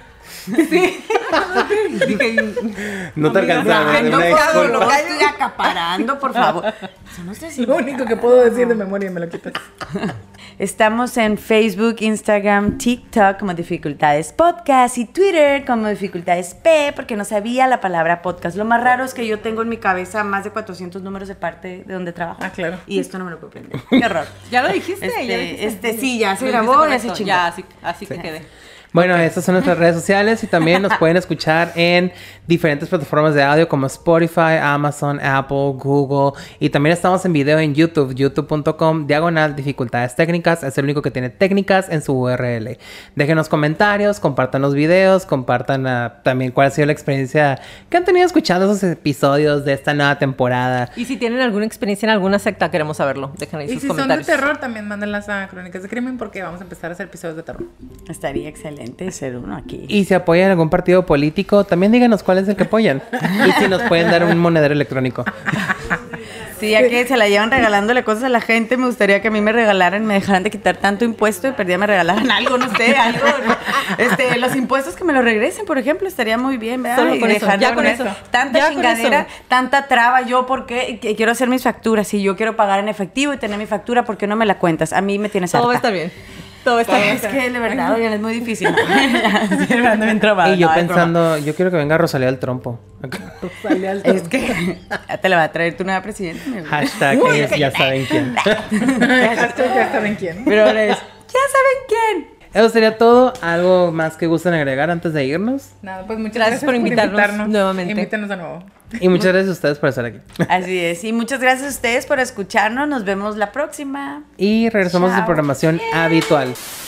Dije, No te alcanzaba. Ay, no una puedo, disculpa. lo estoy acaparando, por favor. Eso no está Lo único que puedo decir de memoria y me lo quitas. Estamos en Facebook, Instagram, TikTok como Dificultades Podcast y Twitter como Dificultades P, porque no sabía la palabra podcast. Lo más raro es que yo tengo en mi cabeza más de 400 números de parte de donde trabajo. Ah, claro. Y esto no me lo puedo aprender. Qué horror. ya lo dijiste, ya lo dijiste. Sí, ya se Lo grabó, dijiste ya se correcto. chingó. Ya, así que quede. Bueno, estas son nuestras redes sociales y también nos pueden escuchar en diferentes plataformas de audio como Spotify, Amazon, Apple, Google. Y también estamos en video en YouTube, youtube.com/dificultades técnicas. Es el único que tiene técnicas en su URL. Déjenos comentarios, compartan los videos, compartan también cuál ha sido la experiencia que han tenido escuchando esos episodios de esta nueva temporada. Y si tienen alguna experiencia en alguna secta, queremos saberlo. Dejen ahí Y sus si son de comentarios. terror, también mándenlas a Crónicas de Crimen porque vamos a empezar a hacer episodios de terror. Estaría excelente ser uno aquí. Y si apoyan algún partido político, también díganos cuál es el que apoyan. Y si nos pueden dar un monedero electrónico. Sí, ya que se la llevan regalándole cosas a la gente, me gustaría que a mí me regalaran, me dejaran de quitar tanto impuesto y perdía me regalaran algo, no sé, algo. Los impuestos que me lo regresen, por ejemplo, estaría muy bien, ¿verdad? Solo Y con eso, dejar ya de con poner eso. tanta Ya con chingadera, eso. tanta traba, yo porque quiero hacer mis facturas, si yo quiero pagar en efectivo y tener mi factura, ¿por qué no me la cuentas? A mí me tienes harta. Todo va a estar bien. Todo va a estar bien. Es que de verdad, oigan, es muy difícil. Estoy ando bien trabada. Y yo No, es broma. pensando, yo quiero que venga Rosalía del Trompo. Es que ya te la va a traer tu nueva presidenta. mi amor. Hashtag ellos ya saben quién. Ya saben quién. Pero ahora es, ya saben quién. Eso sería todo. ¿Algo más que gusten agregar antes de irnos? Nada, pues muchas Gracias por invitarnos nuevamente. Invítanos de nuevo. Y muchas gracias a ustedes por estar aquí. Así es. Y muchas gracias a ustedes por escucharnos. Nos vemos la próxima. Y regresamos a su Chao. programación habitual.